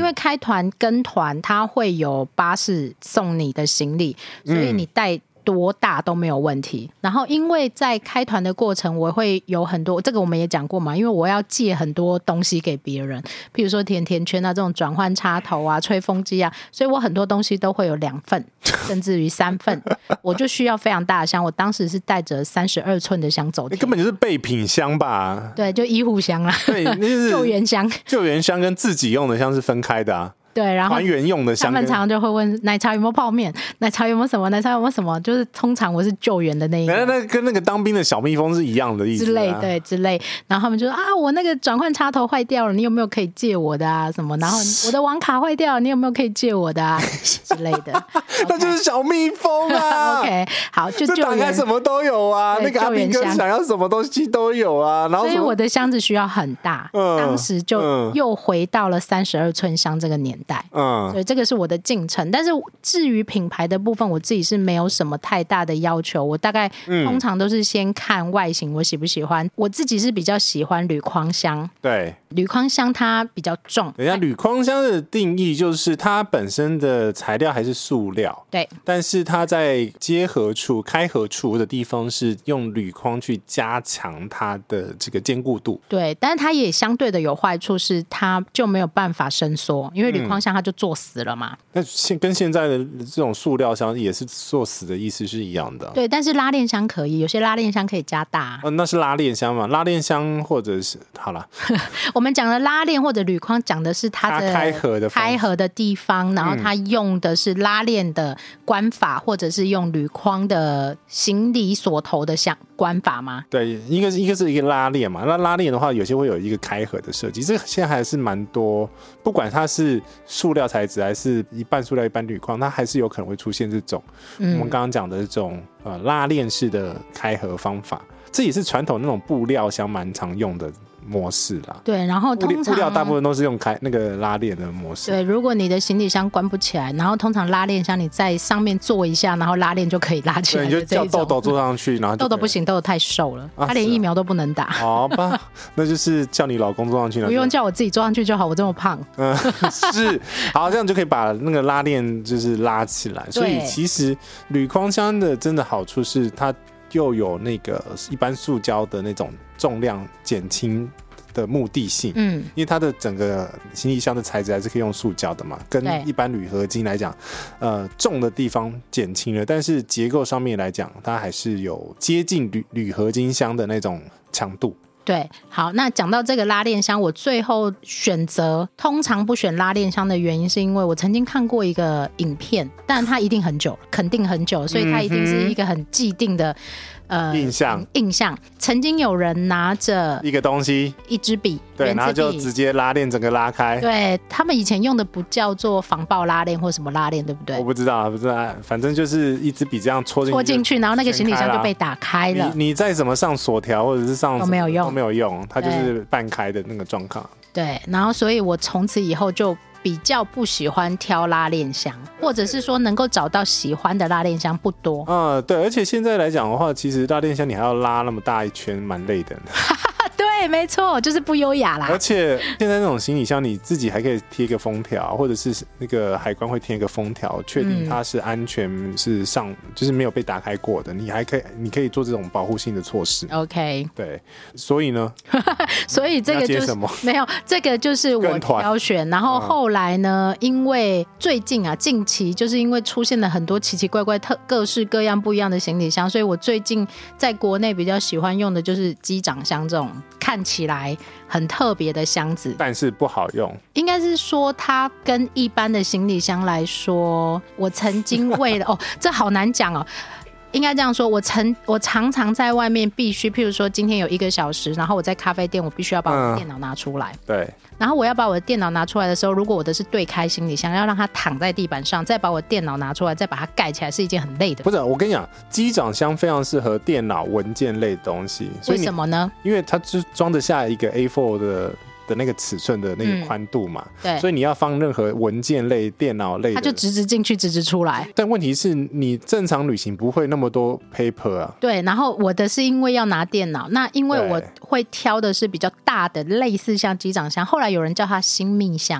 为开团跟团它会有巴士送你的行李，所以你带多大都没有问题。然后因为在开团的过程我会有很多，这个我们也讲过嘛，因为我要借很多东西给别人，譬如说甜甜圈啊，这种转换插头啊，吹风机啊，所以我很多东西都会有两份甚至于三份我就需要非常大的箱，我当时是带着三十二寸的箱走， 你根本就是备品箱吧？ 对，就医护箱啦， 对，那就是救援箱。 救援箱跟自己用的箱是分开的啊。 对，然后团员用的箱， 他们常常就会问奶茶有没有泡面，奶茶有没有什么，奶茶有没有什么，就是通常我是救援的那一个， 那跟那个当兵的小蜜蜂是一样的意思、啊、 之类，对之类。然后他们就说啊，我那个转换插头坏掉了，你有没有可以借我的啊？什么？然后我的网卡坏掉了，你有没有可以借我的啊？之类的。 那就是小蜜蜂啊。 OK， 好，就救援， 打开什么都有啊。那个阿兵哥想要什么东西都有啊。然后所以我的箱子需要很大，嗯、当时就又回到了三十二寸箱这个年代。嗯。所以这个是我的进程，但是至于品牌的部分，我自己是没有什么太大的要求。我大概通常都是先看外形，我喜不喜欢。我自己是比较喜欢铝框箱， 对， 铝框箱它比较重。 等一下，铝框箱的定义就是它本身的材料还是塑料， 对， 但是它在接合处、开合处的地方是用铝框去加强它的这个坚固度。 对，但是它也相对的有坏处，是它就没有办法伸缩，因为铝框箱它就做死了嘛。 那现跟现在的这种塑料箱也是做死的意思是一样的。 对，但是拉链箱可以，有些拉链箱可以加大。 哦，那是拉链箱嘛？拉链箱或者是好了， 我们讲的拉链或者铝框讲的是它的开合的开合的地方，然后它用的是拉链的关法，或者是用铝框的行李锁头的像关法吗？ 对，一个是一个是一个拉链嘛。那拉链的话，有些会有一个开合的设计，这个现在还是蛮多，不管它是塑料材质还是一半塑料一半铝框，它还是有可能会出现这种、嗯、我们刚刚讲的这种呃拉链式的开合方法，这也是传统那种布料箱蛮常用的模式啦。 对，然后通常布料大部分都是用开那个拉链的模式。 对，如果你的行李箱关不起来，然后通常拉链箱你在上面坐一下，然后拉链就可以拉起来。 对，你就叫豆豆坐上去，然后豆豆不行，豆豆太瘦了，啊、他连疫苗都不能打。 好吧，那就是叫你老公坐上去了。 不用叫我自己坐上去就好，我这么胖。嗯， 是，好，这样就可以把那个拉链就是拉起来。所以其实铝框箱的真的好处是它又有那个一般塑胶的那种重量减轻的目的性，嗯，因为它的整个行李箱的材质还是可以用塑胶的嘛，跟一般铝合金来讲，呃，重的地方减轻了，但是结构上面来讲，它还是有接近铝铝合金箱的那种强度。 对，好，那讲到这个拉链箱，我最后选择通常不选拉链箱的原因，是因为我曾经看过一个影片，但它一定很久，肯定很久，所以它一定是一个很既定的。呃， 印象印象，曾经有人拿着一个东西， 一支笔， 对，然后就直接拉链整个拉开。 对，他们以前用的不叫做防爆拉链或什么拉链，对不对？ 我不知道，不知道，反正就是一支笔这样戳进去， 戳进去，然后那个行李箱就被打开了。 你, 你再怎么上锁条或者是上都没有用， 都没有用，它就是半开的那个状况。 对，然后所以我从此以后就比较不喜欢挑拉链箱，或者是说能够找到喜欢的拉链箱不多。 嗯，对，而且现在来讲的话，其实拉链箱你还要拉那么大一圈，蛮累的。 对，没错，就是不优雅啦。 而且现在那种行李箱，你自己还可以贴一个封条，或者是那个海关会贴一个封条，确定它是安全，是上就是没有被打开过的。你还可以，你可以做这种保护性的措施。 OK， 对，所以呢， 所以这个就是没有这个就是我挑选。然后后来呢，嗯、因为最近啊，近期就是因为出现了很多奇奇怪怪、特各式各样不一样的行李箱，所以我最近在国内比较喜欢用的就是机长箱这种。看起来很特别的箱子， 但是不好用。 应该是说它跟一般的行李箱来说，我曾经为了哦，这好难讲哦。应该这样说，我曾我常常在外面必须，譬如说今天有一个小时，然后我在咖啡店，我必须要把我的电脑拿出来。 嗯、对。 然后我要把我的电脑拿出来的时候，如果我的是对开行李箱，要让它躺在地板上，再把我电脑拿出来，再把它盖起来，是一件很累的。 不是，我跟你讲，机长箱非常适合电脑文件类的东西。 为什么呢？ 因为它就装得下一个 A 四 的。的那个尺寸的那个宽度嘛、嗯，对，所以你要放任何文件类、电脑类的， 它就直直进去，直直出来。 但问题是你正常旅行不会那么多 paper 啊。 对，然后我的是因为要拿电脑，那因为我会挑的是比较大的，类似像机长箱，后来有人叫它新密箱。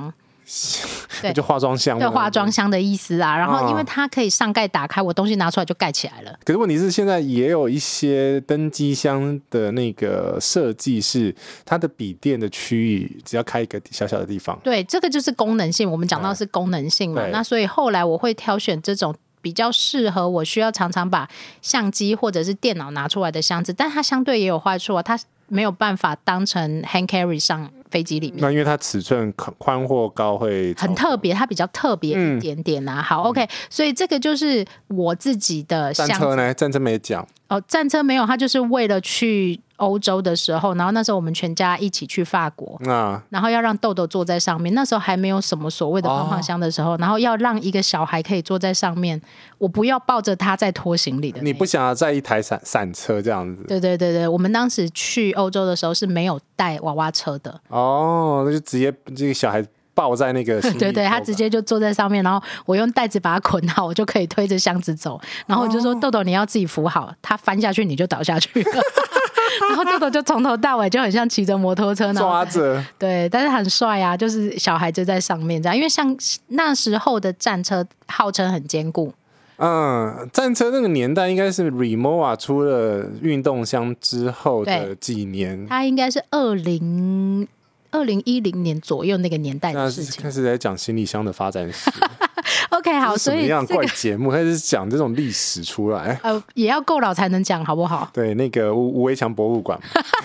对， 就化妆箱， 对，化妆箱的意思啊。然后因为它可以上盖打开，我东西拿出来就盖起来了。 可是问题是，现在也有一些登机箱的那个设计是它的笔电的区域只要开一个小小的地方。 对，这个就是功能性。我们讲到是功能性嘛，那所以后来我会挑选这种比较适合我需要常常把相机或者是电脑拿出来的箱子，但它相对也有坏处啊，它没有办法当成 hand carry 上飞机里面。 那因为它尺寸宽或高会很特别，它比较特别一点点啊。嗯、好 ，OK， 所以这个就是我自己的箱子。 战车呢？战车没讲哦，战车没有，它就是为了去欧洲的时候，然后那时候我们全家一起去法国，啊、然后要让豆豆坐在上面。那时候还没有什么所谓的胖胖箱的时候，哦、然后要让一个小孩可以坐在上面，我不要抱着他在拖行李的。 你不想要在一台伞伞车这样子？ 对对对对，我们当时去欧洲的时候是没有带娃娃车的。 哦，那就直接这个小孩抱在那个行李对对，他直接就坐在上面，然后我用带子把它捆好，我就可以推着箱子走。然后我就说、哦、豆豆你要自己扶好，他翻下去你就倒下去了。然后豆豆就从头到尾就很像骑着摩托车抓着， 对，但是很帅啊，就是小孩就在上面这样，因为像那时候的战车号称很坚固。 嗯，战车那个年代应该是 Rimowa 出了运动箱之后的几年， 它应该是二零二零一零年左右那个年代的事情。 开始在讲行李箱的发展史。 OK， 好，所以什么样怪节目开始讲这种历史出来？ 呃，也要够老才能讲，好不好？ 对，那个吴围墙博物馆。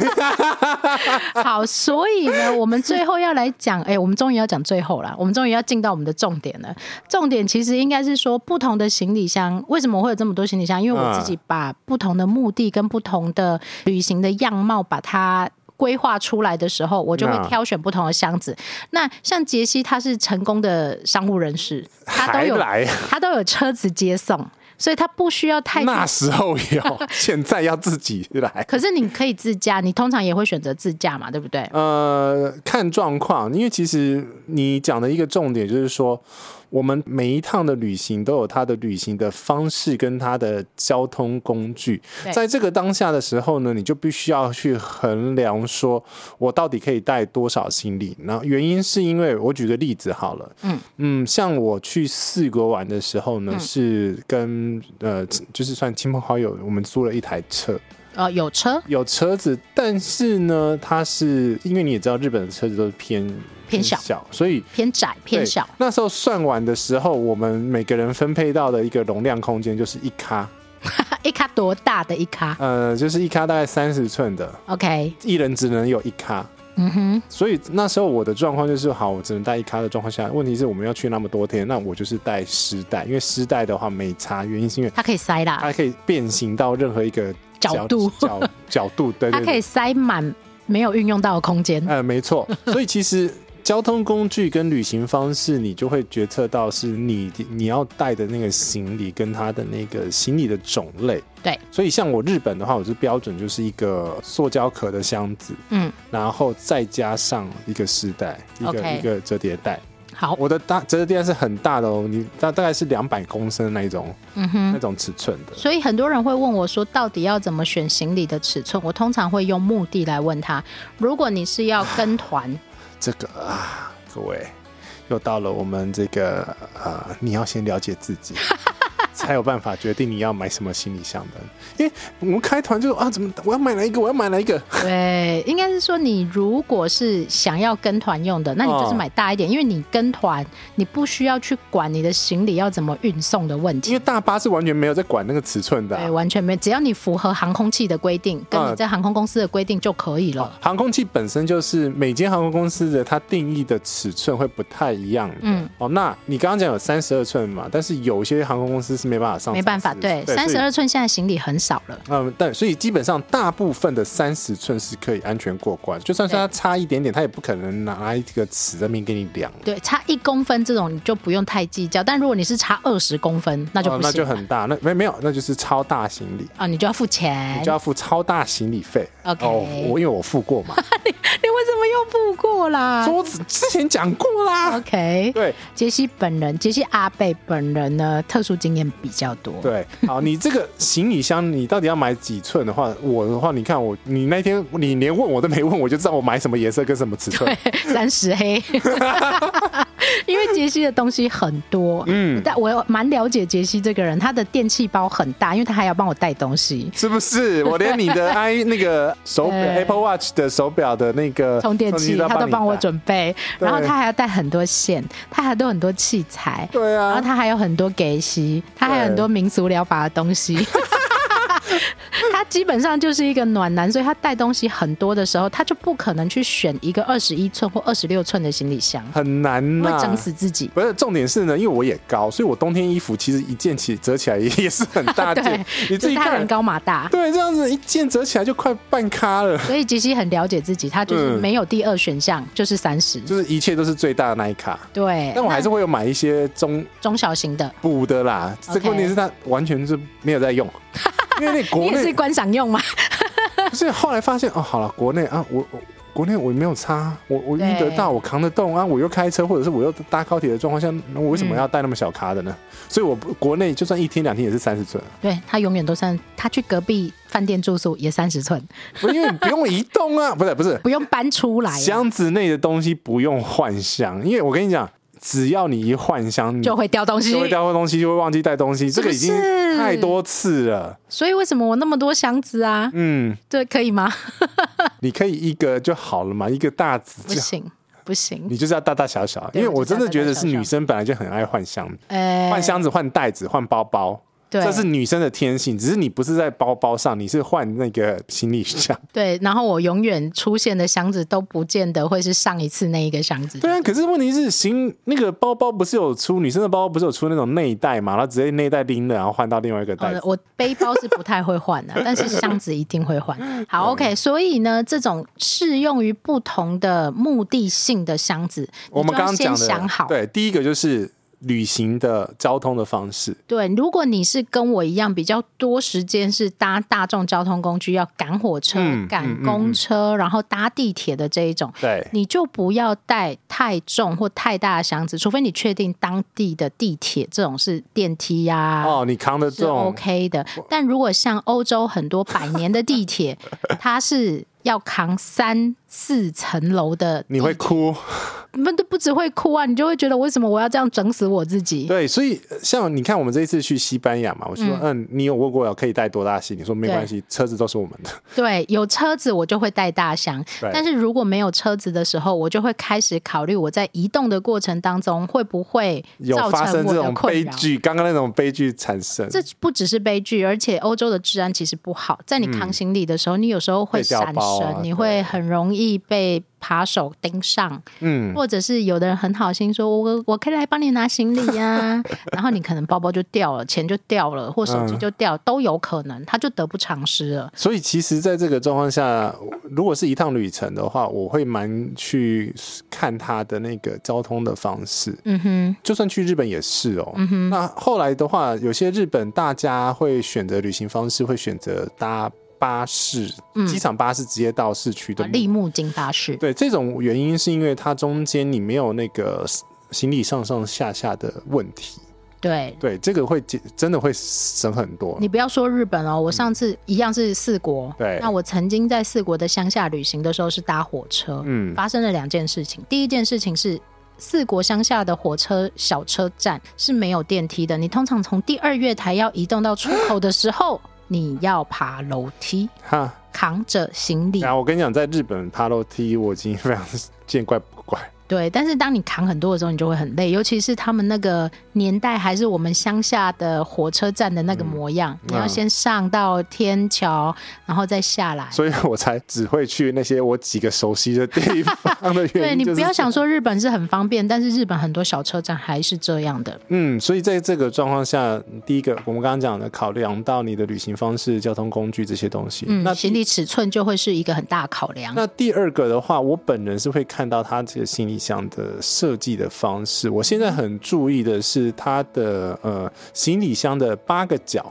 好，所以呢，我们最后要来讲，哎、欸，我们终于要讲最后了，我们终于要进到我们的重点了。重点其实应该是说，不同的行李箱，为什么会有这么多行李箱？因为我自己把不同的目的跟不同的旅行的样貌，把它规划出来的时候，我就会挑选不同的箱子。那像杰西，他是成功的商务人士，他都有他都有车子接送，所以他不需要太。 那时候有，现在要自己来。 可是你可以自驾，你通常也会选择自驾嘛，对不对？ 呃，看状况，因为其实你讲的一个重点就是说，我们每一趟的旅行都有它的旅行的方式跟它的交通工具，在这个当下的时候呢，你就必须要去衡量说我到底可以带多少行李。然后原因是因为我举个例子好了，嗯嗯，像我去四国玩的时候呢，嗯、是跟呃就是算亲朋好友，我们租了一台车。 哦，有车有车子，但是呢，它是因为你也知道，日本的车子都是偏偏小， 小所以偏窄偏小。 那时候算完的时候，我们每个人分配到的一个容量空间就是一咖。 一咖多大的一咖？ 呃，就是一咖大概三十寸的。 OK， 一人只能有一咖。嗯哼，所以那时候我的状况就是，好，我只能带一咖的状况下，问题是我们要去那么多天，那我就是带湿袋，因为湿袋的话没差，原因是因为它可以塞啦， 它可以变形到任何一个角度， 角角度，对对对， 它可以塞满没有运用到的空间。 呃，没错，所以其实交通工具跟旅行方式，你就会决策到是你你要带的那个行李跟它的那个行李的种类。 对， 所以像我日本的话，我是标准就是一个塑胶壳的箱子，嗯，然后再加上一个湿袋，一个、okay. 一个折叠袋。 好， 我的大折叠袋是很大的哦，你大大概是两百公升那一种，嗯哼，那种尺寸的。 所以很多人会问我说，到底要怎么选行李的尺寸？我通常会用目的来问他。如果你是要跟团， 这个啊，各位又到了我们这个呃，你要先了解自己。才有办法决定你要买什么行李箱的，因为我们开团就啊，怎么我要买哪一个，我要买哪一个？ 对，应该是说你如果是想要跟团用的，那你就是买大一点，哦、因为你跟团，你不需要去管你的行李要怎么运送的问题。 因为大巴是完全没有在管那个尺寸的、啊， 对，完全没有，只要你符合航空器的规定，跟你在航空公司的规定就可以了。哦、 航空器本身就是每间航空公司的它定义的尺寸会不太一样的。嗯，哦，那你刚刚讲有三十二寸嘛，但是有些航空公司是没办法上， 没办法，对，三十二寸现在行李很少了。 嗯，对，所以基本上大部分的三十寸是可以安全过关，就算是它差一点点，它也不可能拿一个尺在那边给你量。 对，差一公分这种你就不用太计较，但如果你是差二十公分，那就不行、哦， 那就很大，那没没有，那就是超大行李啊、哦，你就要付钱， 你就要付超大行李费。 OK， 哦，我因为我付过嘛。 你你为什么又付过啦？ 桌子之前讲过啦。 OK， 对， 杰西本人，杰西阿贝本人呢，特殊经验比较多。 对，好，你这个行李箱，你到底要买几寸的话，我的话，你看我，你那天你连问我都没问，我就知道我买什么颜色跟什么尺寸。 对，三十黑。 因为杰西的东西很多，嗯，但我蛮了解杰西这个人，他的电器包很大，因为他还要帮我带东西， 是不是？我连你的 i 那个手表 Apple Watch 的手表的那个充电器，他都帮我准备，然后他还要带很多线，他还有很多器材， 对啊， 然后他还有很多给息，他还有很多民俗疗法的东西。他基本上就是一个暖男，所以他带东西很多的时候，他就不可能去选一个二十一寸或二十六寸的行李箱， 很难呐、啊， 会整死自己。 不是，重点是呢，因为我也高，所以我冬天衣服其实一件起折起来也是很大件。你自己看， 人高马大， 对，这样子一件折起来就快半咖了。 所以杰西很了解自己，他就是没有第二选项，嗯、就是三十， 就是一切都是最大的那一卡。 对， 但我还是会有买一些中中小型的补的啦。Okay. 这个问题是他完全是没有在用。因为那国内你也是观赏用吗？ 不是，后来发现哦，好了，国内啊，我我国内我没有差，我我运得到，我扛得动啊，我又开车，或者是我又搭高铁的状况下，我为什么要带那么小咖的呢？嗯、所以我国内就算一天两天也是三十寸。 对，他永远都三，他去隔壁饭店住宿也三十寸， 因为不用移动啊，不是不是， 不用搬出来、啊， 箱子内的东西不用换箱，因为我跟你讲。只要你一换箱， 就会掉东西， 就会掉东西，就会忘记带东西，这个已经太多次了。 所以为什么我那么多箱子啊？嗯，这可以吗？ 你可以一个就好了嘛，一个大纸不行，不行， 你就是要大大小小。因为我真的觉得是女生本来就很爱换箱子， 呃， 换箱子、换袋子、换包包。这是女生的天性，只是你不是在包包上，你是换那个行李箱。 对，然后我永远出现的箱子都不见得会是上一次那一个箱子。 对啊，可是问题是行那个包包不是有出女生的包包不是有出那种内袋嘛，然后直接内袋拎了，然后换到另外一个袋子。 哦、我背包是不太会换的，但是箱子一定会换。好 ，OK， 所以呢，这种适用于不同的目的性的箱子， 我们刚刚讲的， 想好。 对，第一个就是旅行的交通的方式。 对，如果你是跟我一样比较多时间是搭大众交通工具，要赶火车、嗯、赶公车、嗯嗯嗯，然后搭地铁的这一种， 对， 你就不要带太重或太大的箱子，除非你确定当地的地铁这种是电梯呀、啊， 哦，你扛得重是 OK 的。但如果像欧洲很多百年的地铁，它是要扛三四层楼的， 你会哭？ 你们都不只会哭啊，你就会觉得为什么我要这样整死我自己？ 对，所以像你看，我们这一次去西班牙嘛，我说嗯，嗯你有问过我可以带多大行李？你说没关系，车子都是我们的。 对，有车子我就会带大箱，但是如果没有车子的时候，我就会开始考虑我在移动的过程当中会不会造成我的困扰。有发生这种悲剧， 刚刚那种悲剧产生。 这不只是悲剧，而且欧洲的治安其实不好，在你扛行李的时候，嗯、你有时候会闪身、啊，你会很容易被扒手盯上，嗯，或者是有的人很好心说我我可以来帮你拿行李啊然后你可能包包就掉了，钱就掉了，或手机就掉、嗯、都有可能，他就得不偿失了。 所以其实在这个状况下，如果是一趟旅程的话，我会蛮去看他的那个交通的方式。嗯哼，就算去日本也是哦。嗯哼，那后来的话，有些日本大家会选择旅行方式，会选择搭巴士，机场巴士直接到市区的立木金巴士。 对，这种原因是因为它中间你没有那个行李上上下下的问题。 对对，这个会真的会省很多。 你不要说日本哦，我上次一样是四国， 对、嗯， 那我曾经在四国的乡下旅行的时候是搭火车，嗯，发生了两件事情。第一件事情是四国乡下的火车小车站是没有电梯的，你通常从第二月台要移动到出口的时候。你要爬楼梯，哈，扛着行李。 啊，我跟你讲，在日本爬楼梯，我已经非常见怪不怪。 对，但是当你扛很多的时候，你就会很累，尤其是他们那个年代还是我们乡下的火车站的那个模样，嗯、你要先上到天桥，然后再下来。 所以我才只会去那些我几个熟悉的地方的原因。 对，你不要想说日本是很方便，但是日本很多小车站还是这样的。 嗯，所以在这个状况下，第一个我们刚刚讲的，考量到你的旅行方式、交通工具这些东西， 嗯，那行李尺寸就会是一个很大的考量。 那第二个的话，我本人是会看到他这个行李箱的设计的方式。我现在很注意的是它的呃行李箱的八个角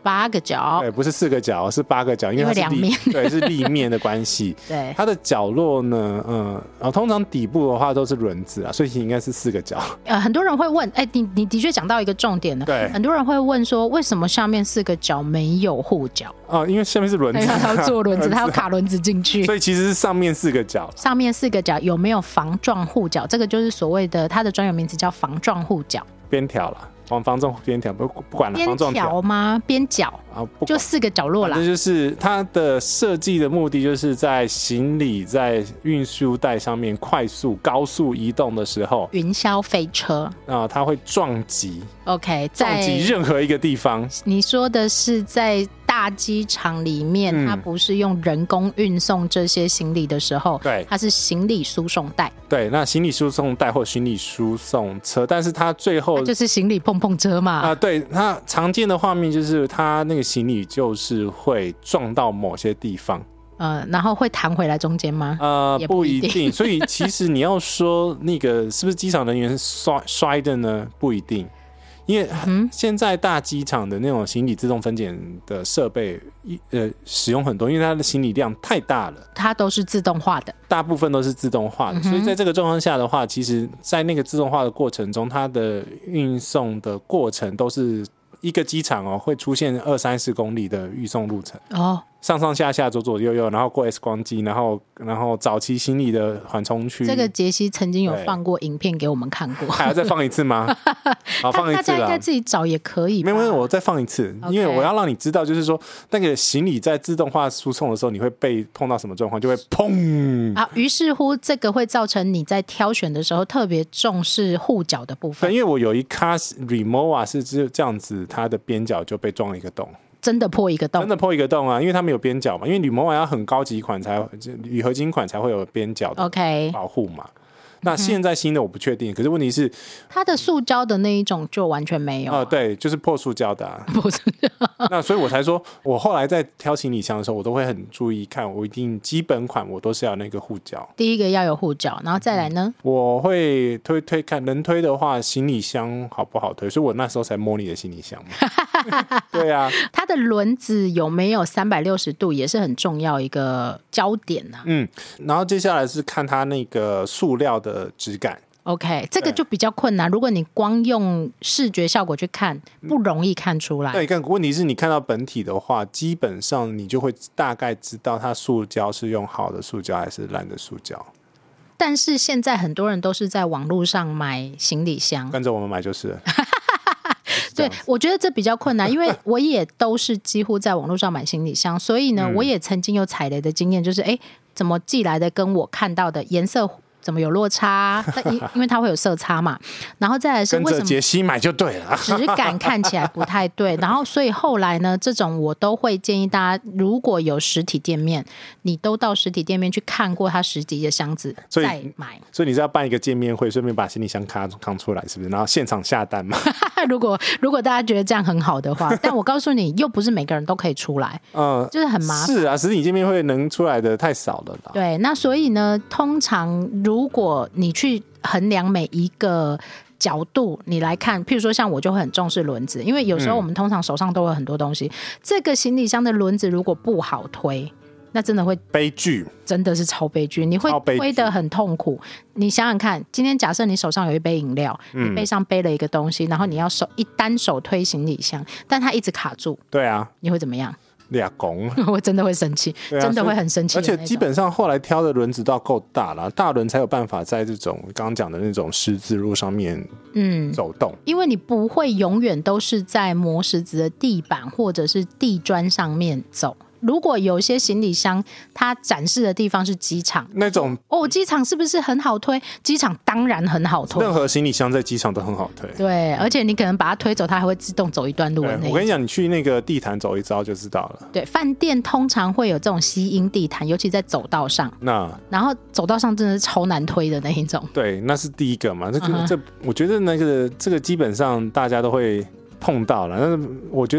八个角， 对，不是四个角，是八个角，因为它是立因为两面对，是立面的关系。 对， 它的角落呢，嗯、呃，通常底部的话都是轮子啊，所以应该是四个角。 呃，很多人会问，哎、你你的确讲到一个重点了， 对很多人会问说，为什么下面四个角没有护角？ 哦，因为下面是轮子、 对， 啊， 它要做轮子，它要啊卡轮子进去。 所以其实是上面四个角。 上面四个角有没有防撞护角？这个就是所谓的它的专有名词叫防撞护角。 边条了，防防撞边条，不不管了， 边防撞条条吗？边角啊，不管就四个角落啦这。就是它的设计的目的，就是在行李在运输带上面快速高速移动的时候， 云霄飞车啊、它会撞击 ，OK， 撞在击任何一个地方。 你说的是在大机场里面， 嗯它不是用人工运送这些行李的时候， 对它是行李输送带， 对，那行李输送带或行李输送车，但是它最后它就是行李碰碰车嘛。 啊、对，它常见的画面就是它那个行李就是会撞到某些地方， 呃，然后会弹回来中间吗？ 呃， 也不一定不一定。所以其实你要说那个是不是机场人员摔摔的呢？不一定，因为现在大机场的那种行李自动分拣的设备，呃，使用很多，因为它的行李量太大了。 它都是自动化的。 大部分都是自动化的，所以在这个状况下的话，其实在那个自动化的过程中，它的运送的过程都是一个机场哦，会出现二三十公里的运送路程， 哦， 上上下下左左右右，然后过 X 光机，然后然后早期行李的缓冲区， 这个杰西曾经有对放过影片给我们看过， 还要再放一次吗？好，放一次啦大家应该。自己找也可以吧。 没有没有，我再放一次， OK 因为我要让你知道，就是说那个行李在自动化输送的时候，你会被碰到什么状况，就会砰。 好，于是乎这个会造成你在挑选的时候特别重视护角的部对， 分， 因为我有一卡 Rimowa 是只这样子，它的边角就被撞了一个洞， 真的破一个洞真。的破一个洞啊！因为它没有边角嘛，因为Rimowa要很高级款才铝合金款才会有边角的 OK， 保护嘛。那现在新的我不确定，可是问题是， 它的塑胶的那一种就完全没有、 呃， 啊。 对，就是破塑胶的、啊。 不是那所以我才说，我后来在挑行李箱的时候，我都会很注意看，我一定基本款我都是要那个护角。 第一个要有护角，然后再来呢？ 我会推推看，能推的话，行李箱好不好推？所以我那时候才摸你的行李箱嘛。对啊， 它的轮子有没有三百六十度也是很重要一个焦点啊。 嗯，然后接下来是看它那个塑料的质感。 OK， 这个就比较困难。如果你光用视觉效果去看，不容易看出来。 那你看，问题是你看到本体的话，基本上你就会大概知道它塑胶是用好的塑胶还是烂的塑胶。 但是现在很多人都是在网络上买行李箱， 跟着我们买就是了。 对，我觉得这比较困难，因为我也都是几乎在网络上买行李箱，所以呢， 嗯我也曾经有踩雷的经验，就是哎，怎么寄来的跟我看到的颜色怎么有落差？但因因为它会有色差嘛，然后再来是跟着为什么杰西买就对了。 质感看起来不太对，然后所以后来呢，这种我都会建议大家，如果有实体店面，你都到实体店面去看过它实体的箱子所以再买。 所以你是要办一个见面会，顺便把行李箱扛扛出来，是不是？然后现场下单嘛？ 如果如果大家觉得这样很好的话，但我告诉你，又不是每个人都可以出来， 嗯， 就是很麻烦。 是啊，实体见面会能出来的太少了啦。 对，那所以呢，通常如果你去衡量每一个角度，你来看，譬如说像我就会很重视轮子，因为有时候我们通常手上都有很多东西，这个行李箱的轮子如果不好推，那真的会悲剧。 真的是超悲剧，你会超悲剧推得很痛苦。你想想看，今天假设你手上有一杯饮料， 嗯你背上背了一个东西，然后你要手一单手推行李箱，但它一直卡住， 对啊， 你会怎么样？ 俩公。 我真的会生气， 对啊真的会很生气而的那种。 且基本上后来挑的轮子都要够大了，大轮才有办法在这种刚刚讲的那种十字路上面嗯， 走动。 因为你不会永远都是在磨石子的地板或者是地砖上面走。如果有些行李箱它展示的地方是机场， 那种哦，机场是不是很好推？机场当然很好推任，何行李箱在机场都很好推。 对，而且你可能把它推走，它还会自动走一段路的那一种。 对我跟你讲，你去那个地毯走一遭就知道了。 对，饭店通常会有这种吸音地毯，尤其在走道上， 那然后走道上真的是超难推的那一种。 对，那是第一个嘛。这个、 嗯哼这，我觉得那个这个基本上大家都会碰到了。但是我觉得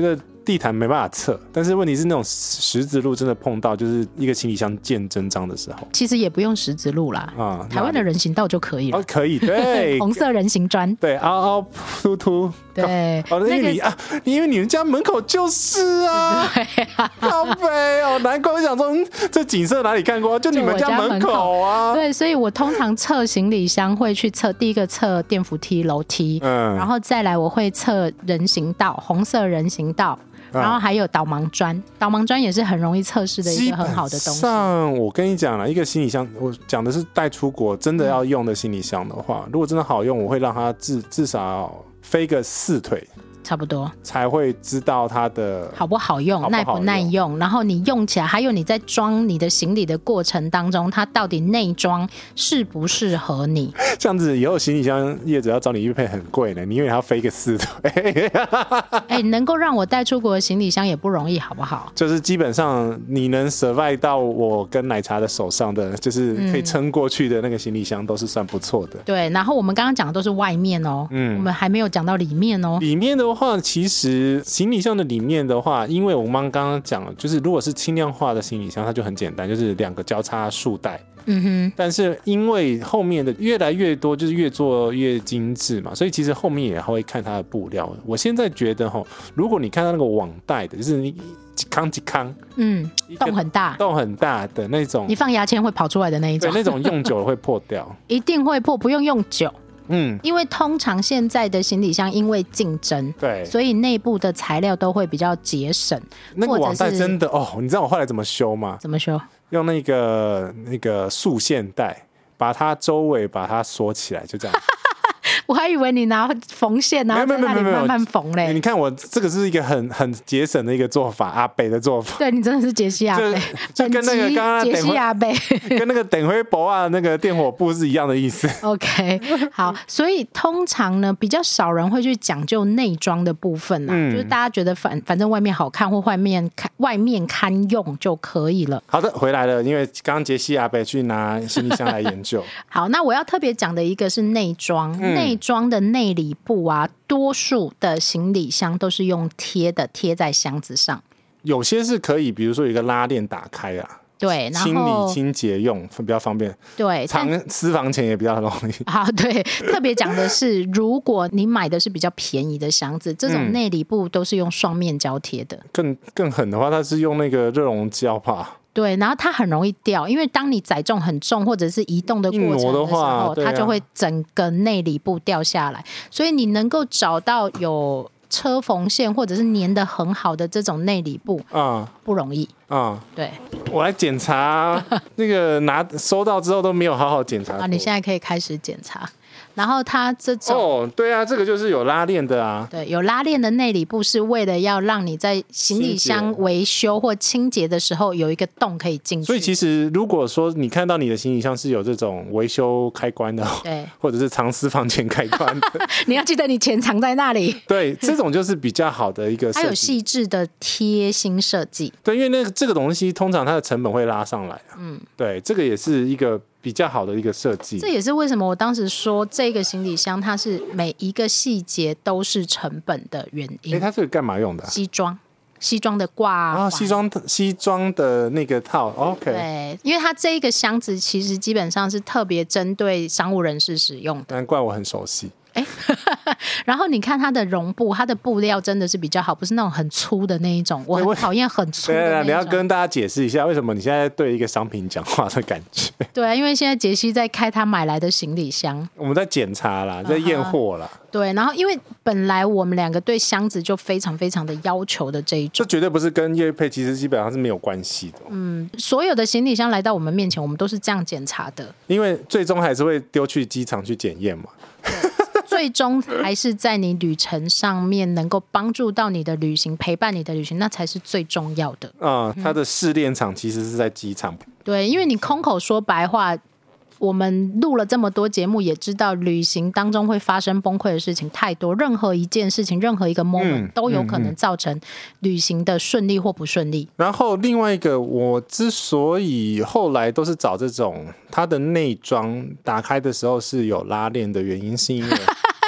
地毯没办法测，但是问题是那种十字路真的碰到，就是一个行李箱见真章的时候， 其实也不用十字路啦， 啊、 台湾的人行道就可以了， 哦可以，对， 红色人行砖， 对，凹凹凸凸， 对， 哦，那那个个你啊，因为你们家门口就是啊， 对啊， 靠北哦，难怪我想说，嗯这景色哪里看过？就你们家门口啊， 对，所以我通常测行李箱会去测，第一个测电扶梯、楼梯， 嗯， 然后再来我会测人行道，红色人行道。然后还有导盲砖，导盲砖也是很容易测试的一个很好的东西。 上我跟你讲了，一个行李箱，我讲的是带出国真的要用的行李箱的话，嗯、如果真的好用，我会让它至至少飞个四腿。 差不多才会知道它的好不好用，好不好用耐不耐用，然后你用起来，还有你在装你的行李的过程当中，它到底内装适不适合你？ 这样子以后行李箱业者要找你业配很贵呢，你以为它飞个四腿？ 哎、欸，能够让我带出国的行李箱也不容易，好不好？ 就是基本上你能 survive 到我跟奶茶的手上的，就是可以撑过去的那个行李箱，都是算不错的。 对，然后我们刚刚讲的都是外面哦，嗯，我们还没有讲到里面哦。 里面的话，其实行李箱的里面的话，因为我们刚刚讲了，就是如果是轻量化的行李箱，它就很简单，就是两个交叉束带。嗯哼。但是因为后面的越来越多，就是越做越精致嘛，所以其实后面也会看它的布料。我现在觉得哈，如果你看到那个网袋的，就是你几康几康，嗯， 洞很大， 洞很大的那种， 你放牙签会跑出来的那一种， 对，那种用久了会破掉， 一定会破，不用用久。 嗯， 因为通常现在的行李箱因为竞争， 对， 所以内部的材料都会比较节省。 那个网袋真的哦，你知道我后来怎么修吗？ 怎么修？ 用那个那个束线带把它周围把它锁起来，就这样。 我还以为你拿缝线然后在那里慢慢缝嘞。 你看我这个是一个很很节省的一个做法，阿北的做法。 对，你真的是杰西阿北， 就跟那个刚刚杰西阿北跟那个等灰博啊那个电火布是一样的意思。 OK， 好，所以通常呢比较少人会去讲究内装的部分啊，嗯、就是大家觉得反反正外面好看或外面外面堪用就可以了。 好的，回来了，因为刚刚杰西阿北去拿行李箱来研究。 好，那我要特别讲的一个是内装，内、嗯。装的内里布啊，多数的行李箱都是用贴的，贴在箱子上。 有些是可以，比如说有一个拉链打开啊， 对，然后清理清洁用比较方便。 对， 藏私房钱也比较容易。 好，对，特别讲的是，如果你买的是比较便宜的箱子，这种内里布都是用双面胶贴的。 更更狠的话，它是用那个热熔胶吧。 对，然后它很容易掉，因为当你载重很重或者是移动的过程的时候， 啊、 它就会整个内里布掉下来。所以你能够找到有车缝线或者是粘得很好的这种内里布啊，不容易啊。对， 我来检查那个拿收到之后都没有好好检查啊，你现在可以开始检查。然后它这种哦，对啊，这个就是有拉链的啊。 对，有拉链的内里布是为了要让你在行李箱维修或清洁的时候有一个洞可以进去。 所以其实如果说你看到你的行李箱是有这种维修开关的， 对， 或者是藏私房钱开关的， 你要记得你钱藏在那里。 对，这种就是比较好的一个设计， 它有细致的贴心设计。 对，因为那个这个东西通常它的成本会拉上来啊。嗯，对，这个也是一个比较好的一个设计。 这也是为什么我当时说这个行李箱它是每一个细节都是成本的原因。 哎，它这个干嘛用的、啊？ 西装，西装的挂啊、 哦，西装西装的那个套 ，OK。 对，因为它这一个箱子其实基本上是特别针对商务人士使用的。 难怪我很熟悉。 哎，然后你看它的绒布，它的布料真的是比较好，不是那种很粗的那一种。我很讨厌很粗的那一种。 对，你要跟大家解释一下，为什么你现在对一个商品讲话的感觉？ 对啊，因为现在杰西在开他买来的行李箱， 我们在检查啦，在验货啦。Uh-huh. 对，然后因为本来我们两个对箱子就非常非常的要求的这一种， 这绝对不是跟业配，其实基本上是没有关系的。 嗯，所有的行李箱来到我们面前，我们都是这样检查的， 因为最终还是会丢去机场去检验嘛。 最终还是在你旅程上面能够帮助到你的旅行，陪伴你的旅行，那才是最重要的。 啊、嗯，它的试炼场其实是在机场。 对，因为你空口说白话，我们录了这么多节目，也知道旅行当中会发生崩溃的事情太多，任何一件事情，任何一个 moment、嗯、都有可能造成旅行的顺利或不顺利。 然后另外一个，我之所以后来都是找这种它的内装打开的时候是有拉链的原因，是因为内